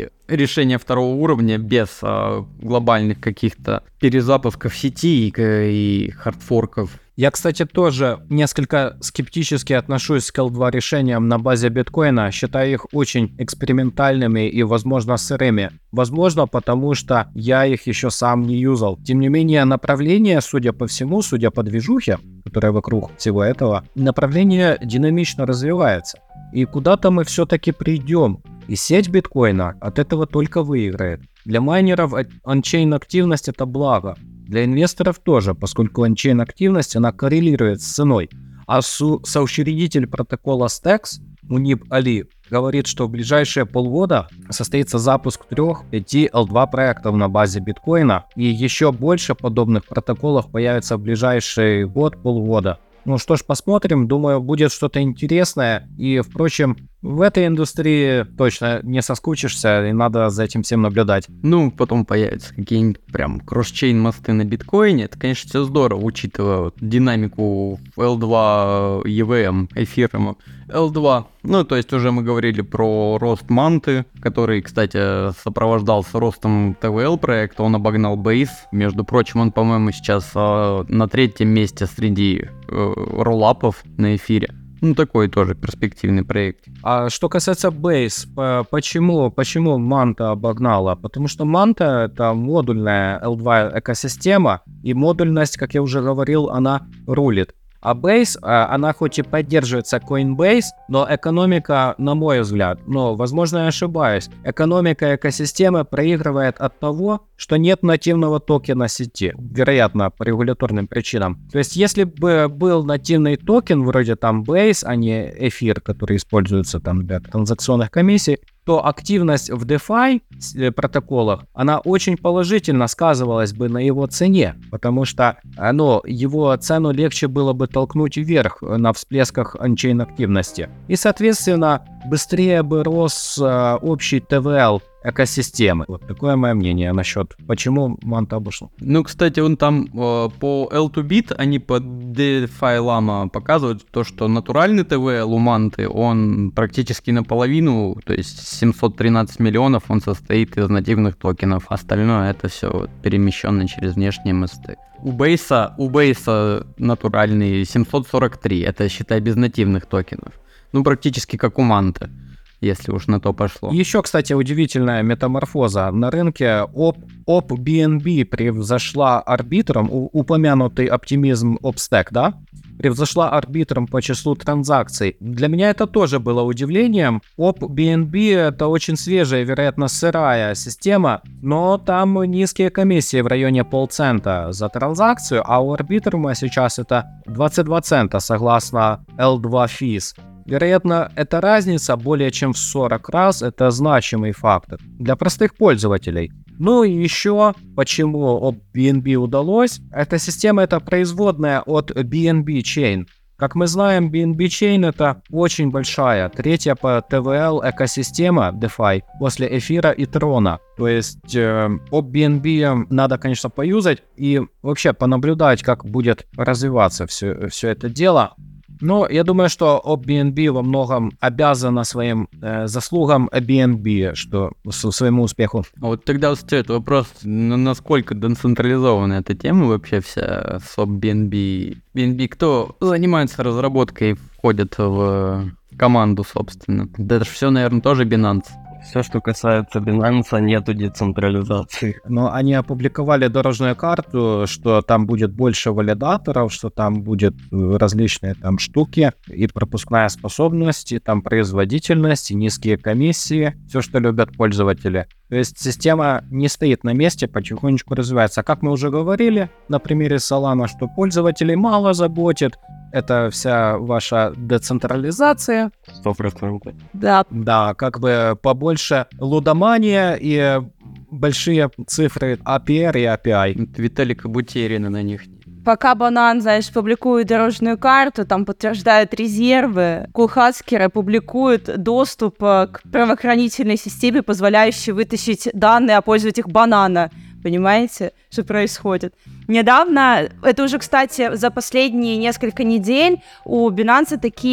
и решения второго уровня без а, глобальных каких-то перезапусков сети и, и хардфорков. Я, кстати, тоже несколько скептически отношусь к эл два решениям на базе биткоина, считаю их очень экспериментальными и, возможно, сырыми. Возможно, потому что я их еще сам не юзал. Тем не менее, направление, судя по всему, судя по движухе, которая вокруг всего этого, направление динамично развивается. И куда-то мы все-таки придем. И сеть биткоина от этого только выиграет. Для майнеров ончейн активность это благо. Для инвесторов тоже, поскольку ончейн активность она коррелирует с ценой. А су- соучредитель протокола Stacks, Муниб Али, говорит, что в ближайшие полгода состоится запуск трех-пяти эл два проектов на базе биткоина, и еще больше подобных протоколов появится в ближайший год-полгода. Ну что ж, посмотрим, думаю, будет что-то интересное, и, впрочем, в этой индустрии точно не соскучишься, и надо за этим всем наблюдать. Ну, потом появятся какие-нибудь прям кросс-чейн мосты на биткоине, это, конечно, все здорово, учитывая вот динамику эл два и ви эм, эфиром. эл два, ну, то есть уже мы говорили про рост манты, который, кстати, сопровождался ростом ти ви эл проекта, он обогнал Base, между прочим, он, по-моему, сейчас э, на третьем месте среди э, роллапов на эфире. Ну, такой тоже перспективный проект. А что касается Base, почему, почему Manta обогнала? Потому что Manta — это модульная эл два экосистема, и модульность, как я уже говорил, она рулит. А Base, она хоть и поддерживается Coinbase, но экономика, на мой взгляд, но, возможно, я ошибаюсь, экономика экосистемы проигрывает от того, что нет нативного токена сети, вероятно, по регуляторным причинам. То есть, если бы был нативный токен, вроде там Base, а не эфир, который используется там для транзакционных комиссий, то активность в DeFi протоколах, она очень положительно сказывалась бы на его цене, потому что ну, его цену легче было бы толкнуть вверх на всплесках ончейн активности. И, соответственно, быстрее бы рос э, общий ти ви эл экосистемы. Вот такое мое мнение насчет, почему Manta обошла. Ну, кстати, он там э, по эл два бит, они по DeFi Llama показывают то, что натуральный ти ви эл у Манты, он практически наполовину, то есть семьсот тринадцать миллионов, он состоит из нативных токенов. Остальное это все вот перемещено через внешние мосты. У Бейса, у Бейса натуральный семьсот сорок три, это, считай, без нативных токенов. Ну, практически как у Манты, если уж на то пошло. Еще, кстати, удивительная метаморфоза. На рынке оп, оп би эн би превзошла арбитром, у, упомянутый оптимизм OpStack, да? Превзошла арбитром по числу транзакций. Для меня это тоже было удивлением. оп би эн би это очень свежая, вероятно, сырая система, но там низкие комиссии в районе полцента за транзакцию, а у арбитрума сейчас это двадцать два цента согласно эл два Fees. Вероятно, эта разница более чем в сорок раз, это значимый фактор для простых пользователей. Ну и еще, почему оп би эн би удалось, эта система это производная от би эн би Chain. Как мы знаем, би эн би Chain это очень большая, третья по ти ви эл экосистема DeFi после эфира и трона. То есть э, оп би эн би надо, конечно, поюзать и вообще понаблюдать, как будет развиваться все, все это дело. Но я думаю, что оп би эн би во многом обязана своим э, заслугам би эн би, что с, своему успеху. А вот тогда стоит вопрос, насколько децентрализована эта тема вообще вся с оп би эн би. би эн би кто занимается разработкой, входит в команду, собственно. Да это же все, наверное, тоже Binance. Все, что касается Binance, нету децентрализации. Но они опубликовали дорожную карту, что там будет больше валидаторов, что там будет различные там штуки, и пропускная способность, и там производительность, и низкие комиссии, все, что любят пользователи. То есть система не стоит на месте, потихонечку развивается. А как мы уже говорили на примере Solana, что пользователей мало заботит, это вся ваша децентрализация. Сто процентов. Да. Да, как бы побольше лудомания и большие цифры эй пи ай и эй пи ай. Виталика Бутерина на них. Пока Банан, знаешь, публикует дорожную карту, там подтверждают резервы, кулхацкеры публикуют доступ к правоохранительной системе, позволяющей вытащить данные о пользователях банана. Понимаете, что происходит? Недавно, это уже, кстати, за последние несколько недель у Binance такие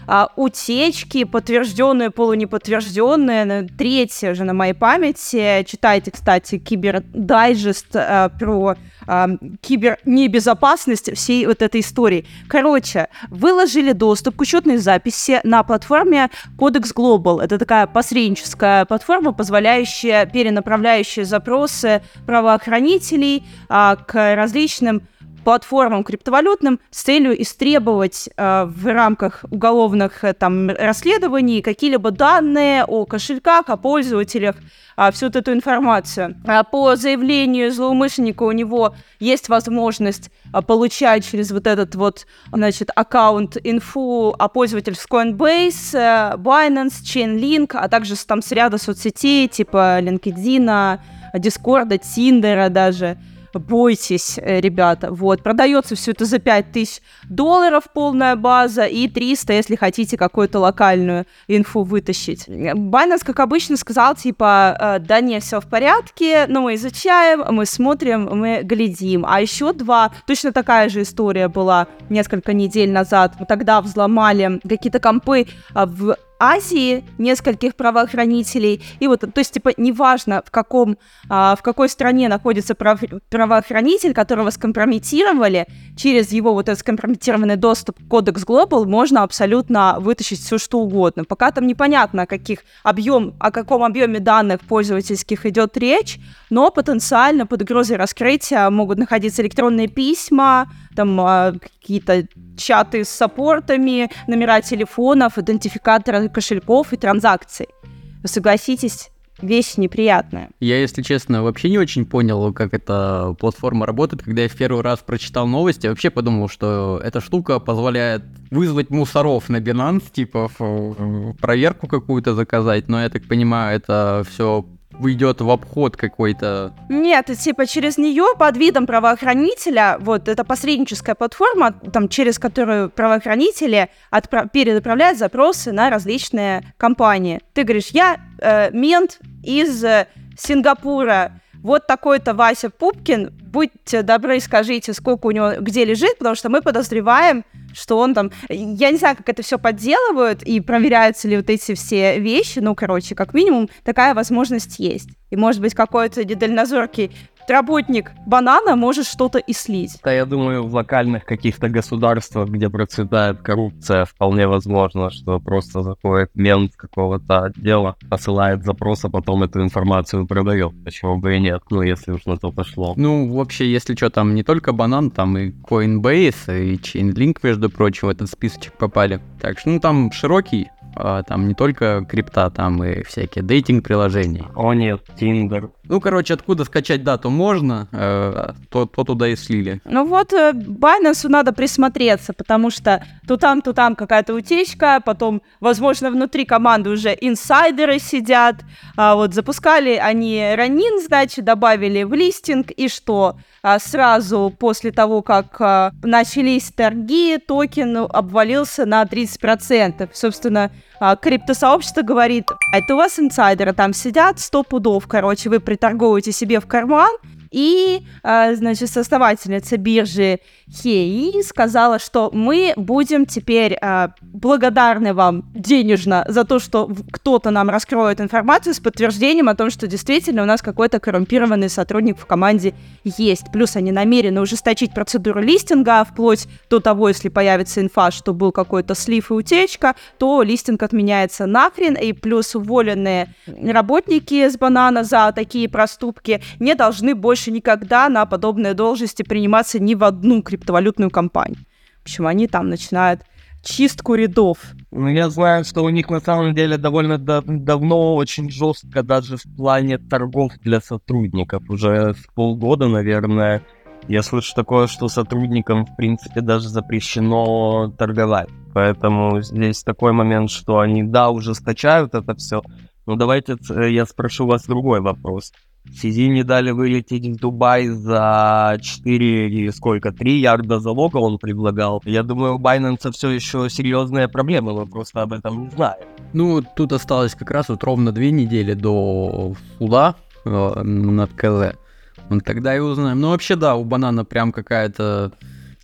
а, утечки, подтвержденные, полунеподтвержденные. Третье же на моей памяти. Читайте, кстати, кибердайджест а, про а, кибернебезопасность всей вот этой истории. Короче, выложили доступ к учетной записи на платформе Codex Global. Это такая посредническая платформа, позволяющая, перенаправляющая запросы правоохранителей а, к различным платформам криптовалютным с целью истребовать э, в рамках уголовных э, там, расследований какие-либо данные о кошельках, о пользователях, э, всю вот эту информацию. А по заявлению злоумышленника у него есть возможность э, получать через вот этот вот, значит, аккаунт инфу о пользователях с Coinbase, э, Binance, Chainlink, а также с, там, с ряда соцсетей типа LinkedIn, Discord, Tinder даже. Бойтесь, ребята. Вот. Продается все это за пять тысяч долларов полная база и триста, если хотите какую-то локальную инфу вытащить. Binance, как обычно, сказал, типа, да не, все в порядке, но мы изучаем, мы смотрим, мы глядим. А еще два, точно такая же история была несколько недель назад. Мы тогда взломали какие-то компы в Азии, нескольких правоохранителей, и вот, то есть, типа, неважно, в каком, а, в какой стране находится прав... правоохранитель, которого скомпрометировали, через его вот этот скомпрометированный доступ к Codex Global можно абсолютно вытащить все что угодно. Пока там непонятно, о каких объем, о каком объеме данных пользовательских идет речь, но потенциально под угрозой раскрытия могут находиться электронные письма, там а, какие-то чаты с саппортами, номера телефонов, идентификаторы кошельков и транзакций. Вы согласитесь, вещь неприятная. Я, если честно, вообще не очень понял, как эта платформа работает. Когда я в первый раз прочитал новости, я вообще подумал, что эта штука позволяет вызвать мусоров на Binance, типа проверку какую-то заказать, но я так понимаю, это все уйдет в обход какой-то. Нет, типа через нее под видом правоохранителя, вот эта посредническая платформа, там, через которую правоохранители отпра- перенаправляют запросы на различные компании. Ты говоришь, я э, мент из э, Сингапура, вот такой-то Вася Пупкин, будьте добры, скажите, сколько у него где лежит, потому что мы подозреваем, что он там... Я не знаю, как это все подделывают и проверяются ли вот эти все вещи, ну, короче, как минимум такая возможность есть. И, может быть, какой-то недальнозоркий работник банана может что-то и слить. Да, я думаю, в локальных каких-то государствах, где процветает коррупция, вполне возможно, что просто заходит мент какого-то отдела, посылает запрос, а потом эту информацию продает. Почему бы и нет, ну, если уж на то пошло. Ну, вообще, если что, там не только банан, там и Coinbase, и Chainlink, между прочим, в этот списочек попали. Так что, ну, там широкий, а, там не только крипта, там и всякие дейтинг-приложения. О нет, Tinder. Ну, короче, откуда скачать дату можно, э, то, то туда и слили. Ну вот, э, Binance надо присмотреться, потому что то там, то там какая-то утечка, потом, возможно, внутри команды уже инсайдеры сидят, а вот запускали они ранин, значит, добавили в листинг, и что? А сразу после того, как а, начались торги, токен обвалился на тридцать процентов. Собственно, а, криптосообщество говорит, это у вас инсайдеры там сидят, сто пудов, короче, вы приторговываете себе в карман. И, а, значит, соосновательница биржи Хеи сказала, что мы будем теперь а, благодарны вам денежно за то, что кто-то нам раскроет информацию с подтверждением о том, что действительно у нас какой-то коррумпированный сотрудник в команде есть. Плюс они намерены ужесточить процедуру листинга, вплоть до того, если появится инфа, что был какой-то слив и утечка, то листинг отменяется нахрен, и плюс уволенные работники с банана за такие проступки не должны больше никогда на подобные должности приниматься ни в одну криптовалютную компанию. В общем, они там начинают чистку рядов. Ну, я знаю, что у них на самом деле довольно да- давно очень жестко даже в плане торгов для сотрудников. Уже с полгода, наверное, я слышу такое, что сотрудникам, в принципе, даже запрещено торговать. Поэтому здесь такой момент, что они, да, ужесточают это все. Но давайте я спрошу вас другой вопрос. Сизи не дали вылететь в Дубай за четыре или сколько, три ярда залога он предлагал. Я думаю, у Binance все еще серьезные проблемы, мы просто об этом не знаем. Ну, тут осталось как раз вот ровно две недели до суда э, над КЗ. Вот тогда и узнаем. Ну, вообще, да, у банана прям какая-то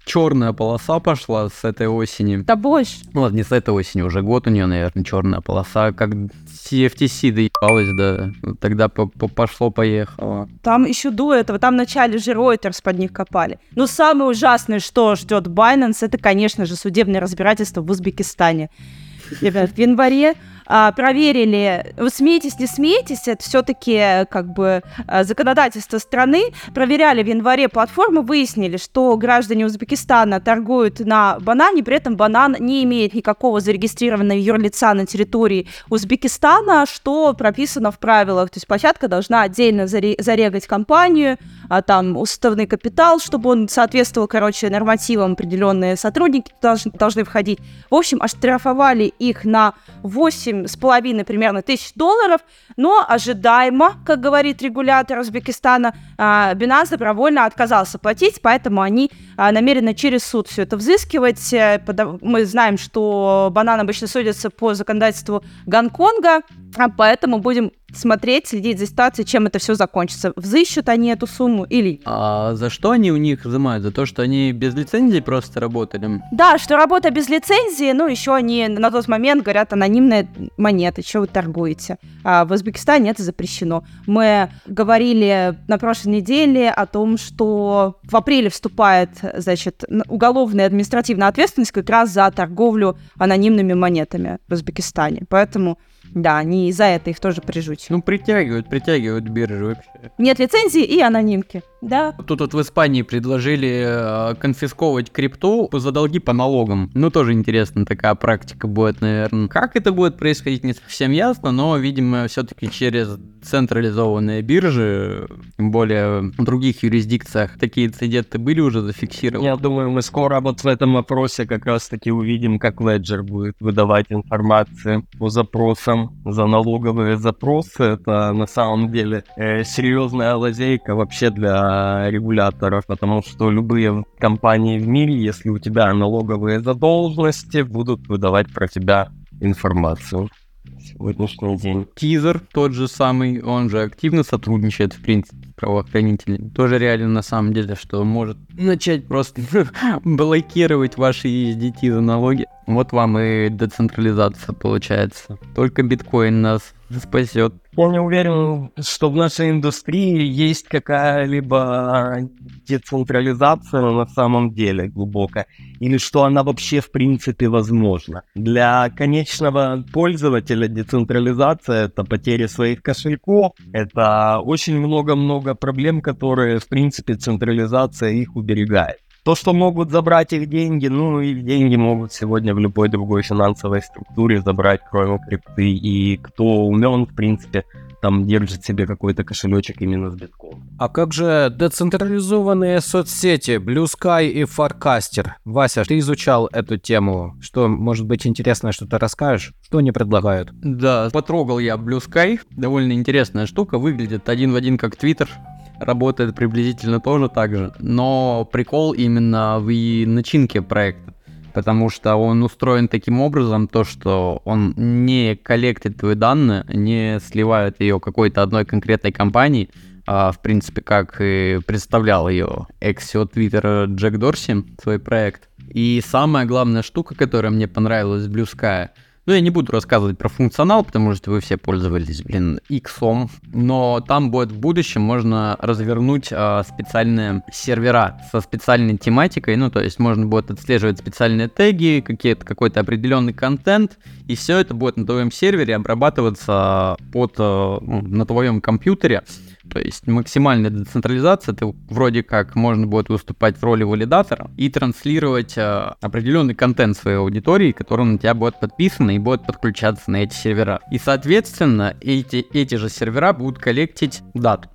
черная полоса пошла с этой осени. Да больше. Ну ладно, не с этой осени, уже год у нее, наверное, черная полоса. Как си эф ти си доебалась, да, тогда пошло-поехало. Там еще до этого, там вначале же Reuters под них копали. Но самое ужасное, что ждет Binance, это, конечно же, судебное разбирательство в Узбекистане. Ребят, в январе а, проверили, вы смеетесь, не смеетесь, это все-таки как бы а, законодательство страны, проверяли в январе платформы, выяснили, что граждане Узбекистана торгуют на банане, при этом банан не имеет никакого зарегистрированного юрлица на территории Узбекистана, что прописано в правилах, то есть площадка должна отдельно заре- зарегать компанию, а, там уставный капитал, чтобы он соответствовал, короче, нормативам, определенные сотрудники должны, должны входить. В общем, оштрафовали их на восемь с половиной примерно тысяч долларов, но ожидаемо, как говорит регулятор Узбекистана, Binance добровольно отказался платить, поэтому они намерены через суд все это взыскивать. Мы знаем, что банан обычно судится по законодательству Гонконга, поэтому будем смотреть, следить за ситуацией, чем это все закончится. Взыщут они эту сумму или нет. А за что они у них взимают? За то, что они без лицензии просто работали? Да, что работа без лицензии, ну, еще они на тот момент говорят, анонимные монеты, что вы торгуете. А в Узбекистане это запрещено. Мы говорили на прошлой неделе о том, что в апреле вступает, значит, уголовная и административная ответственность как раз за торговлю анонимными монетами в Узбекистане. Поэтому, да, они за это их тоже прижучат. Ну, притягивают, притягивают биржи вообще. Нет лицензии и анонимки, да. Тут вот в Испании предложили э, конфисковывать крипту за долги по налогам. Ну, тоже интересно, такая практика будет, наверное. Как это будет происходить, не совсем ясно, но, видимо, все-таки через централизованные биржи, тем более в других юрисдикциях, такие инциденты были уже зафиксированы. Я думаю, мы скоро вот в этом вопросе как раз-таки увидим, как Ledger будет выдавать информацию по запросам за налоговые запросы. Это на самом деле э, серьезная лазейка вообще для регуляторов, потому что любые компании в мире, если у тебя налоговые задолженности, будут выдавать про тебя информацию. Сегодняшний день. Тизер тот же самый, он же активно сотрудничает, в принципе, с правоохранителями. Тоже реально на самом деле, что может начать просто блокировать ваши и эс ди ти за налоги. Вот вам и децентрализация получается. Только биткоин нас спасет. Я не уверен, что в нашей индустрии есть какая-либо децентрализация на самом деле глубокая, или что она вообще в принципе возможна. Для конечного пользователя децентрализация — это потеря своих кошельков, это очень много-много проблем, которые в принципе централизация их уберегает. То, что могут забрать их деньги, ну, их деньги могут сегодня в любой другой финансовой структуре забрать, кроме крипты. И кто умен, в принципе, там держит себе какой-то кошелечек именно с битком. А как же децентрализованные соцсети Blue Sky и Forecaster? Вася, ты изучал эту тему. Что, может быть, интересное что-то расскажешь? Что они предлагают? Да, потрогал я Blue Sky. Довольно интересная штука. Выглядит один в один как Twitter. Работает приблизительно тоже так же. Но прикол именно в и начинке проекта. Потому что он устроен таким образом, то, что он не коллектит твои данные, не сливает ее какой-то одной конкретной компании, а, в принципе, как и представлял ее экс-си и о Твиттера Джек Дорси, свой проект. И самая главная штука, которая мне понравилась в Blue Sky, ну, я не буду рассказывать про функционал, потому что вы все пользовались, блин, иксом, но там будет в будущем можно развернуть э, специальные сервера со специальной тематикой, ну, то есть можно будет отслеживать специальные теги, какие-то, какой-то определенный контент, и все это будет на твоем сервере обрабатываться под, э, на твоем компьютере. То есть максимальная децентрализация, это вроде как можно будет выступать в роли валидатора и транслировать э, определенный контент своей аудитории, который на тебя будет подписан и будет подключаться на эти сервера. И, соответственно, эти, эти же сервера будут коллектить дату.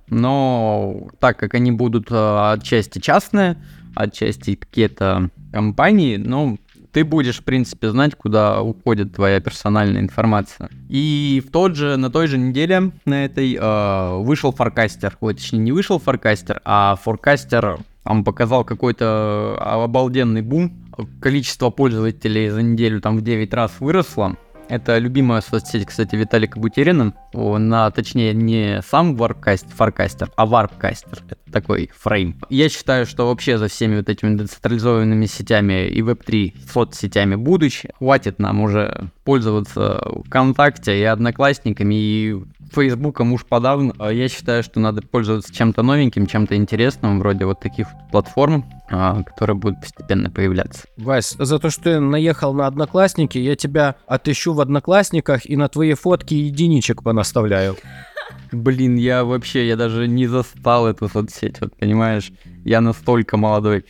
Но так как они будут э, отчасти частные, отчасти какие-то компании, ну, ты будешь, в принципе, знать, куда уходит твоя персональная информация. И в тот же, на той же неделе на этой э, вышел Forecaster. Ой, точнее, не вышел Forecaster, а Forecaster там показал какой-то обалденный бум. Количество пользователей за неделю там в девять раз выросло. Это любимая соцсеть, кстати, Виталика Бутерина. Он, а, точнее, не сам Warpcast, Farcaster, а Warpcaster. Это такой фрейм. Я считаю, что вообще за всеми вот этими децентрализованными сетями и веб три соцсетями будущее. Хватит нам уже пользоваться ВКонтакте и Одноклассниками, и Фейсбуком уж подавно. Я считаю, что надо пользоваться чем-то новеньким, чем-то интересным, вроде вот таких платформ, которые будут постепенно появляться. Вась, за то, что ты наехал на Одноклассники, я тебя отыщу в Одноклассниках и на твои фотки единичек понаставляю. Блин, я вообще, я даже не застал эту соцсеть, вот понимаешь? Я настолько молодой,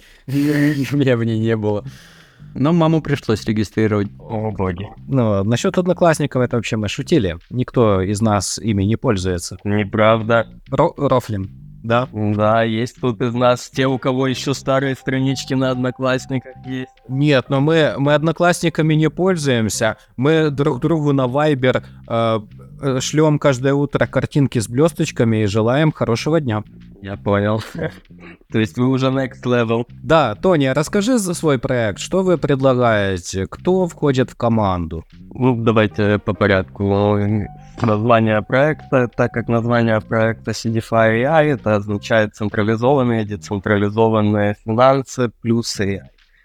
меня в ней не было. Но маму пришлось регистрировать. О, боги. Ну, насчет Одноклассников это вообще мы шутили. Никто из нас ими не пользуется. Неправда. Ро- рофлим, да? Да, есть тут из нас те, у кого еще старые странички на Одноклассниках есть. Нет, но мы, мы Одноклассниками не пользуемся. Мы друг другу на Viber э, э, шлем каждое утро картинки с блесточками и желаем хорошего дня. Я понял. То есть вы уже next level. Да, Тоня, расскажи за свой проект. Что вы предлагаете? Кто входит в команду? Ну, давайте по порядку. Название проекта, так как название проекта Seedify эй ай, это означает централизованные, децентрализованные финансы плюс эй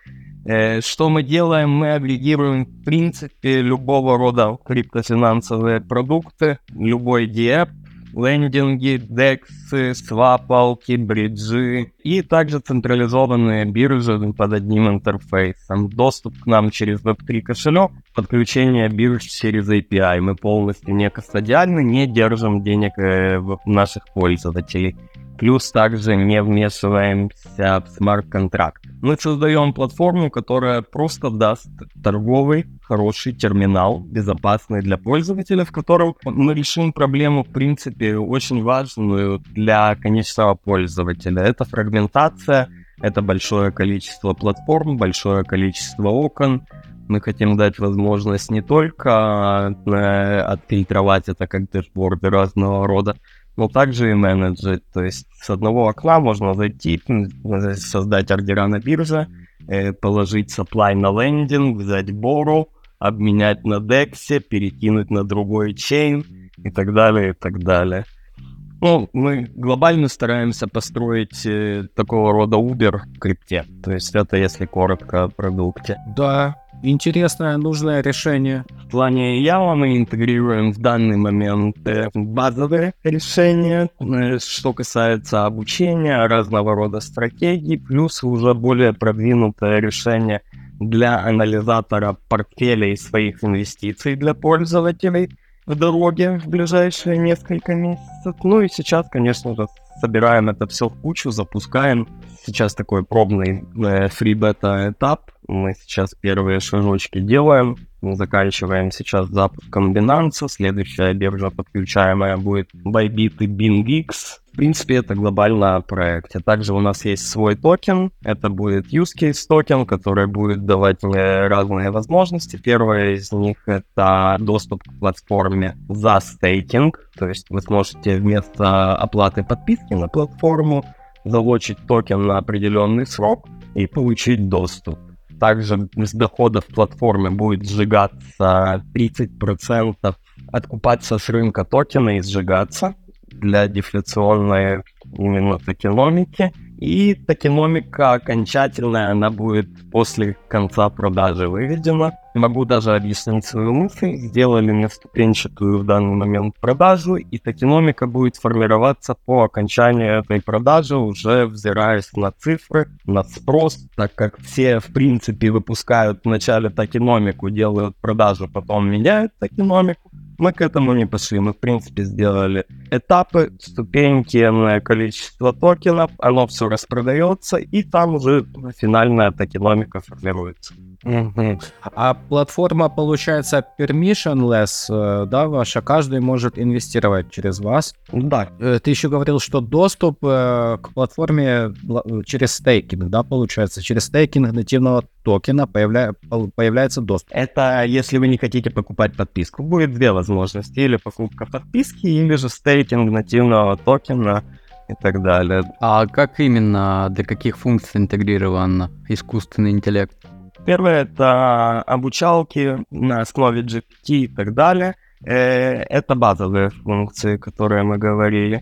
ай. Что мы делаем? Мы агрегируем, в принципе, любого рода криптофинансовые продукты, любой ди эп, лендинги, дексы, свапалки, бриджи и также централизованные биржи под одним интерфейсом. Доступ к нам через веб три кошелек, подключение бирж через эй пи ай. Мы полностью не кастодиальны, не держим денег в наших пользователей. Плюс также не вмешиваемся в смарт-контракт. Мы создаем платформу, которая просто даст торговый, хороший терминал, безопасный для пользователя, в котором мы решим проблему, в принципе, очень важную для конечного пользователя. Это фрагментация, это большое количество платформ, большое количество окон. Мы хотим дать возможность не только отфильтровать это как дэшборды разного рода, но также и менеджить. То есть с одного окна можно зайти, создать ордера на бирже, положить supply на лендинг, взять бору, обменять на дексе, перекинуть на другой чейн и так далее, и так далее. Ну, мы глобально стараемся построить э, такого рода Uber в крипте. То есть это если коротко о продукте. Да, интересное, нужное решение. В плане Ява мы интегрируем в данный момент э, базовые решения, э, что касается обучения, разного рода стратегий, плюс уже более продвинутое решение для анализатора портфелей своих инвестиций для пользователей в дороге в ближайшие несколько месяцев. Ну и сейчас, конечно же, собираем это все в кучу, запускаем. Сейчас такой пробный э, фри-бета этап. Мы сейчас первые шажочки делаем. Мы заканчиваем сейчас запуском Binance. Следующая биржа подключаемая будет Bybit и BingX. В принципе, это глобально проект. А также у нас есть свой токен. Это будет use case токен, который будет давать мне разные возможности. Первая из них — это доступ к платформе за стейкинг. То есть вы сможете вместо оплаты подписки на платформу залочить токен на определенный срок и получить доступ. Также с доходов платформы будет сжигаться тридцать процентов, откупаться с рынка токена и сжигаться для дефляционной именно токеномики. И токеномика окончательная, она будет после конца продажи выведена. Могу даже объяснить свою мысль. Сделали мне ступенчатую в данный момент продажу, и токеномика будет формироваться по окончании этой продажи, уже взираясь на цифры, на спрос, так как все, в принципе, выпускают вначале токеномику, делают продажу, потом меняют токеномику. Мы к этому не пошли. Мы, в принципе, сделали этапы, ступеньки, количество токенов, оно все распродается, и там уже финальная токеномика формируется. Угу. А платформа, получается, permissionless, да, ваша? Каждый может инвестировать через вас. Да. Ты еще говорил, что доступ к платформе через стейкинг, да, получается? Через стейкинг нативного токена появля... появляется доступ. Это если вы не хотите покупать подписку. Будет две возможности. Или покупка подписки, или же стейкинг нативного токена и так далее. А как именно, для каких функций интегрирован искусственный интеллект? Первое — это обучалки на основе джи пи ти и так далее. Это базовые функции, которые мы говорили.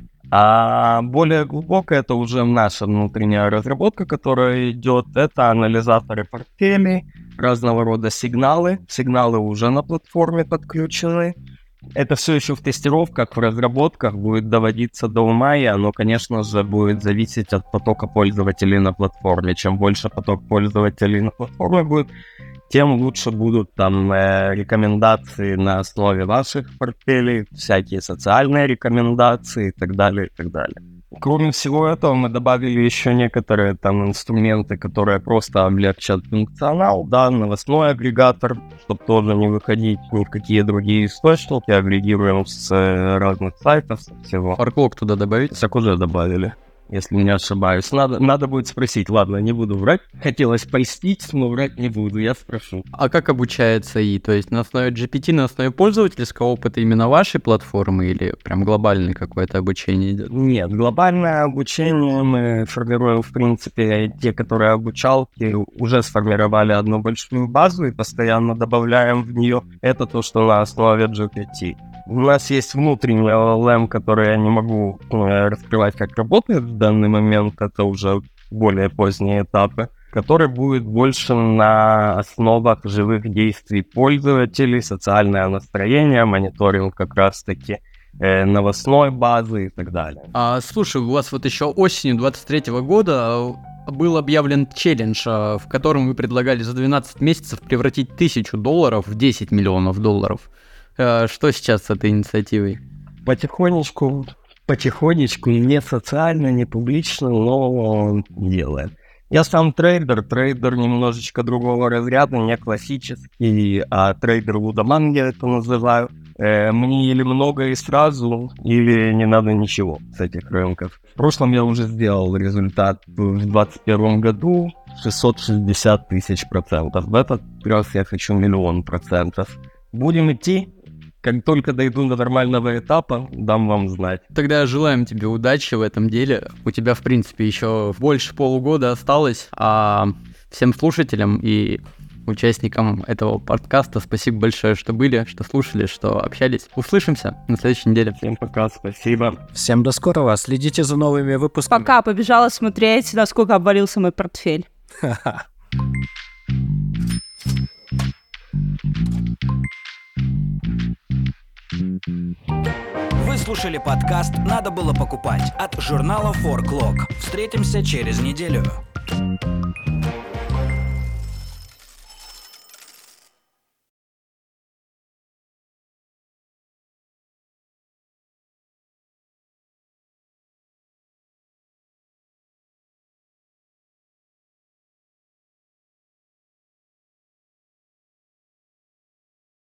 А более глубокое — это уже наша внутренняя разработка, которая идет. Это анализаторы портфелей, разного рода сигналы. Сигналы уже на платформе подключены. Это все еще в тестировках, в разработках, будет доводиться до ума, и оно, конечно же, будет зависеть от потока пользователей на платформе. Чем больше поток пользователей на платформе будет, тем лучше будут там э, рекомендации на основе ваших портфелей, всякие социальные рекомендации и так далее, и так далее. Кроме всего этого, мы добавили еще некоторые там инструменты, которые просто облегчат функционал, да, новостной агрегатор, чтобы тоже не выходить ни в какие другие источники, агрегируем с э, разных сайтов, со всего. Фарклок туда добавить? Так уже добавили, если не ошибаюсь. Надо, надо будет спросить, ладно, не буду врать. Хотелось польстить, но врать не буду, я спрошу. А как обучается И? То есть на основе джи пи ти, на основе пользовательского опыта именно вашей платформы или прям глобальное какое-то обучение идет? Нет, глобальное обучение мы формируем, в принципе, те, которые обучалки, уже сформировали одну большую базу и постоянно добавляем в нее. Это то, что на основе джи пи ти. У нас есть внутренний эл эл эм, который я не могу э, раскрывать, как работает в данный момент, это уже более поздние этапы, который будет больше на основах живых действий пользователей, социальное настроение, мониторинг как раз-таки э, новостной базы и так далее. А, слушай, у вас вот еще осенью двадцать третьего года был объявлен челлендж, в котором вы предлагали за двенадцать месяцев превратить тысячу долларов в десять миллионов долларов. Что сейчас с этой инициативой? Потихонечку, потихонечку, не социально, не публично, но делаем. Я сам трейдер, трейдер немножечко другого разряда, не классический, а трейдер лудоман, я это называю. Э, мне или много и сразу, или не надо ничего с этих рынков. В прошлом я уже сделал результат в двадцать первом году шестьсот шестьдесят тысяч процентов. В этот раз я хочу миллион процентов. Будем идти. Как только дойду до нормального этапа, дам вам знать. Тогда желаем тебе удачи в этом деле. У тебя, в принципе, еще больше полугода осталось. А всем слушателям и участникам этого подкаста спасибо большое, что были, что слушали, что общались. Услышимся на следующей неделе. Всем пока, спасибо. Всем до скорого. Следите за новыми выпусками. Пока, побежала смотреть, насколько обвалился мой портфель. Вы слушали подкаст «Надо было покупать» от журнала фор клок. Встретимся через неделю.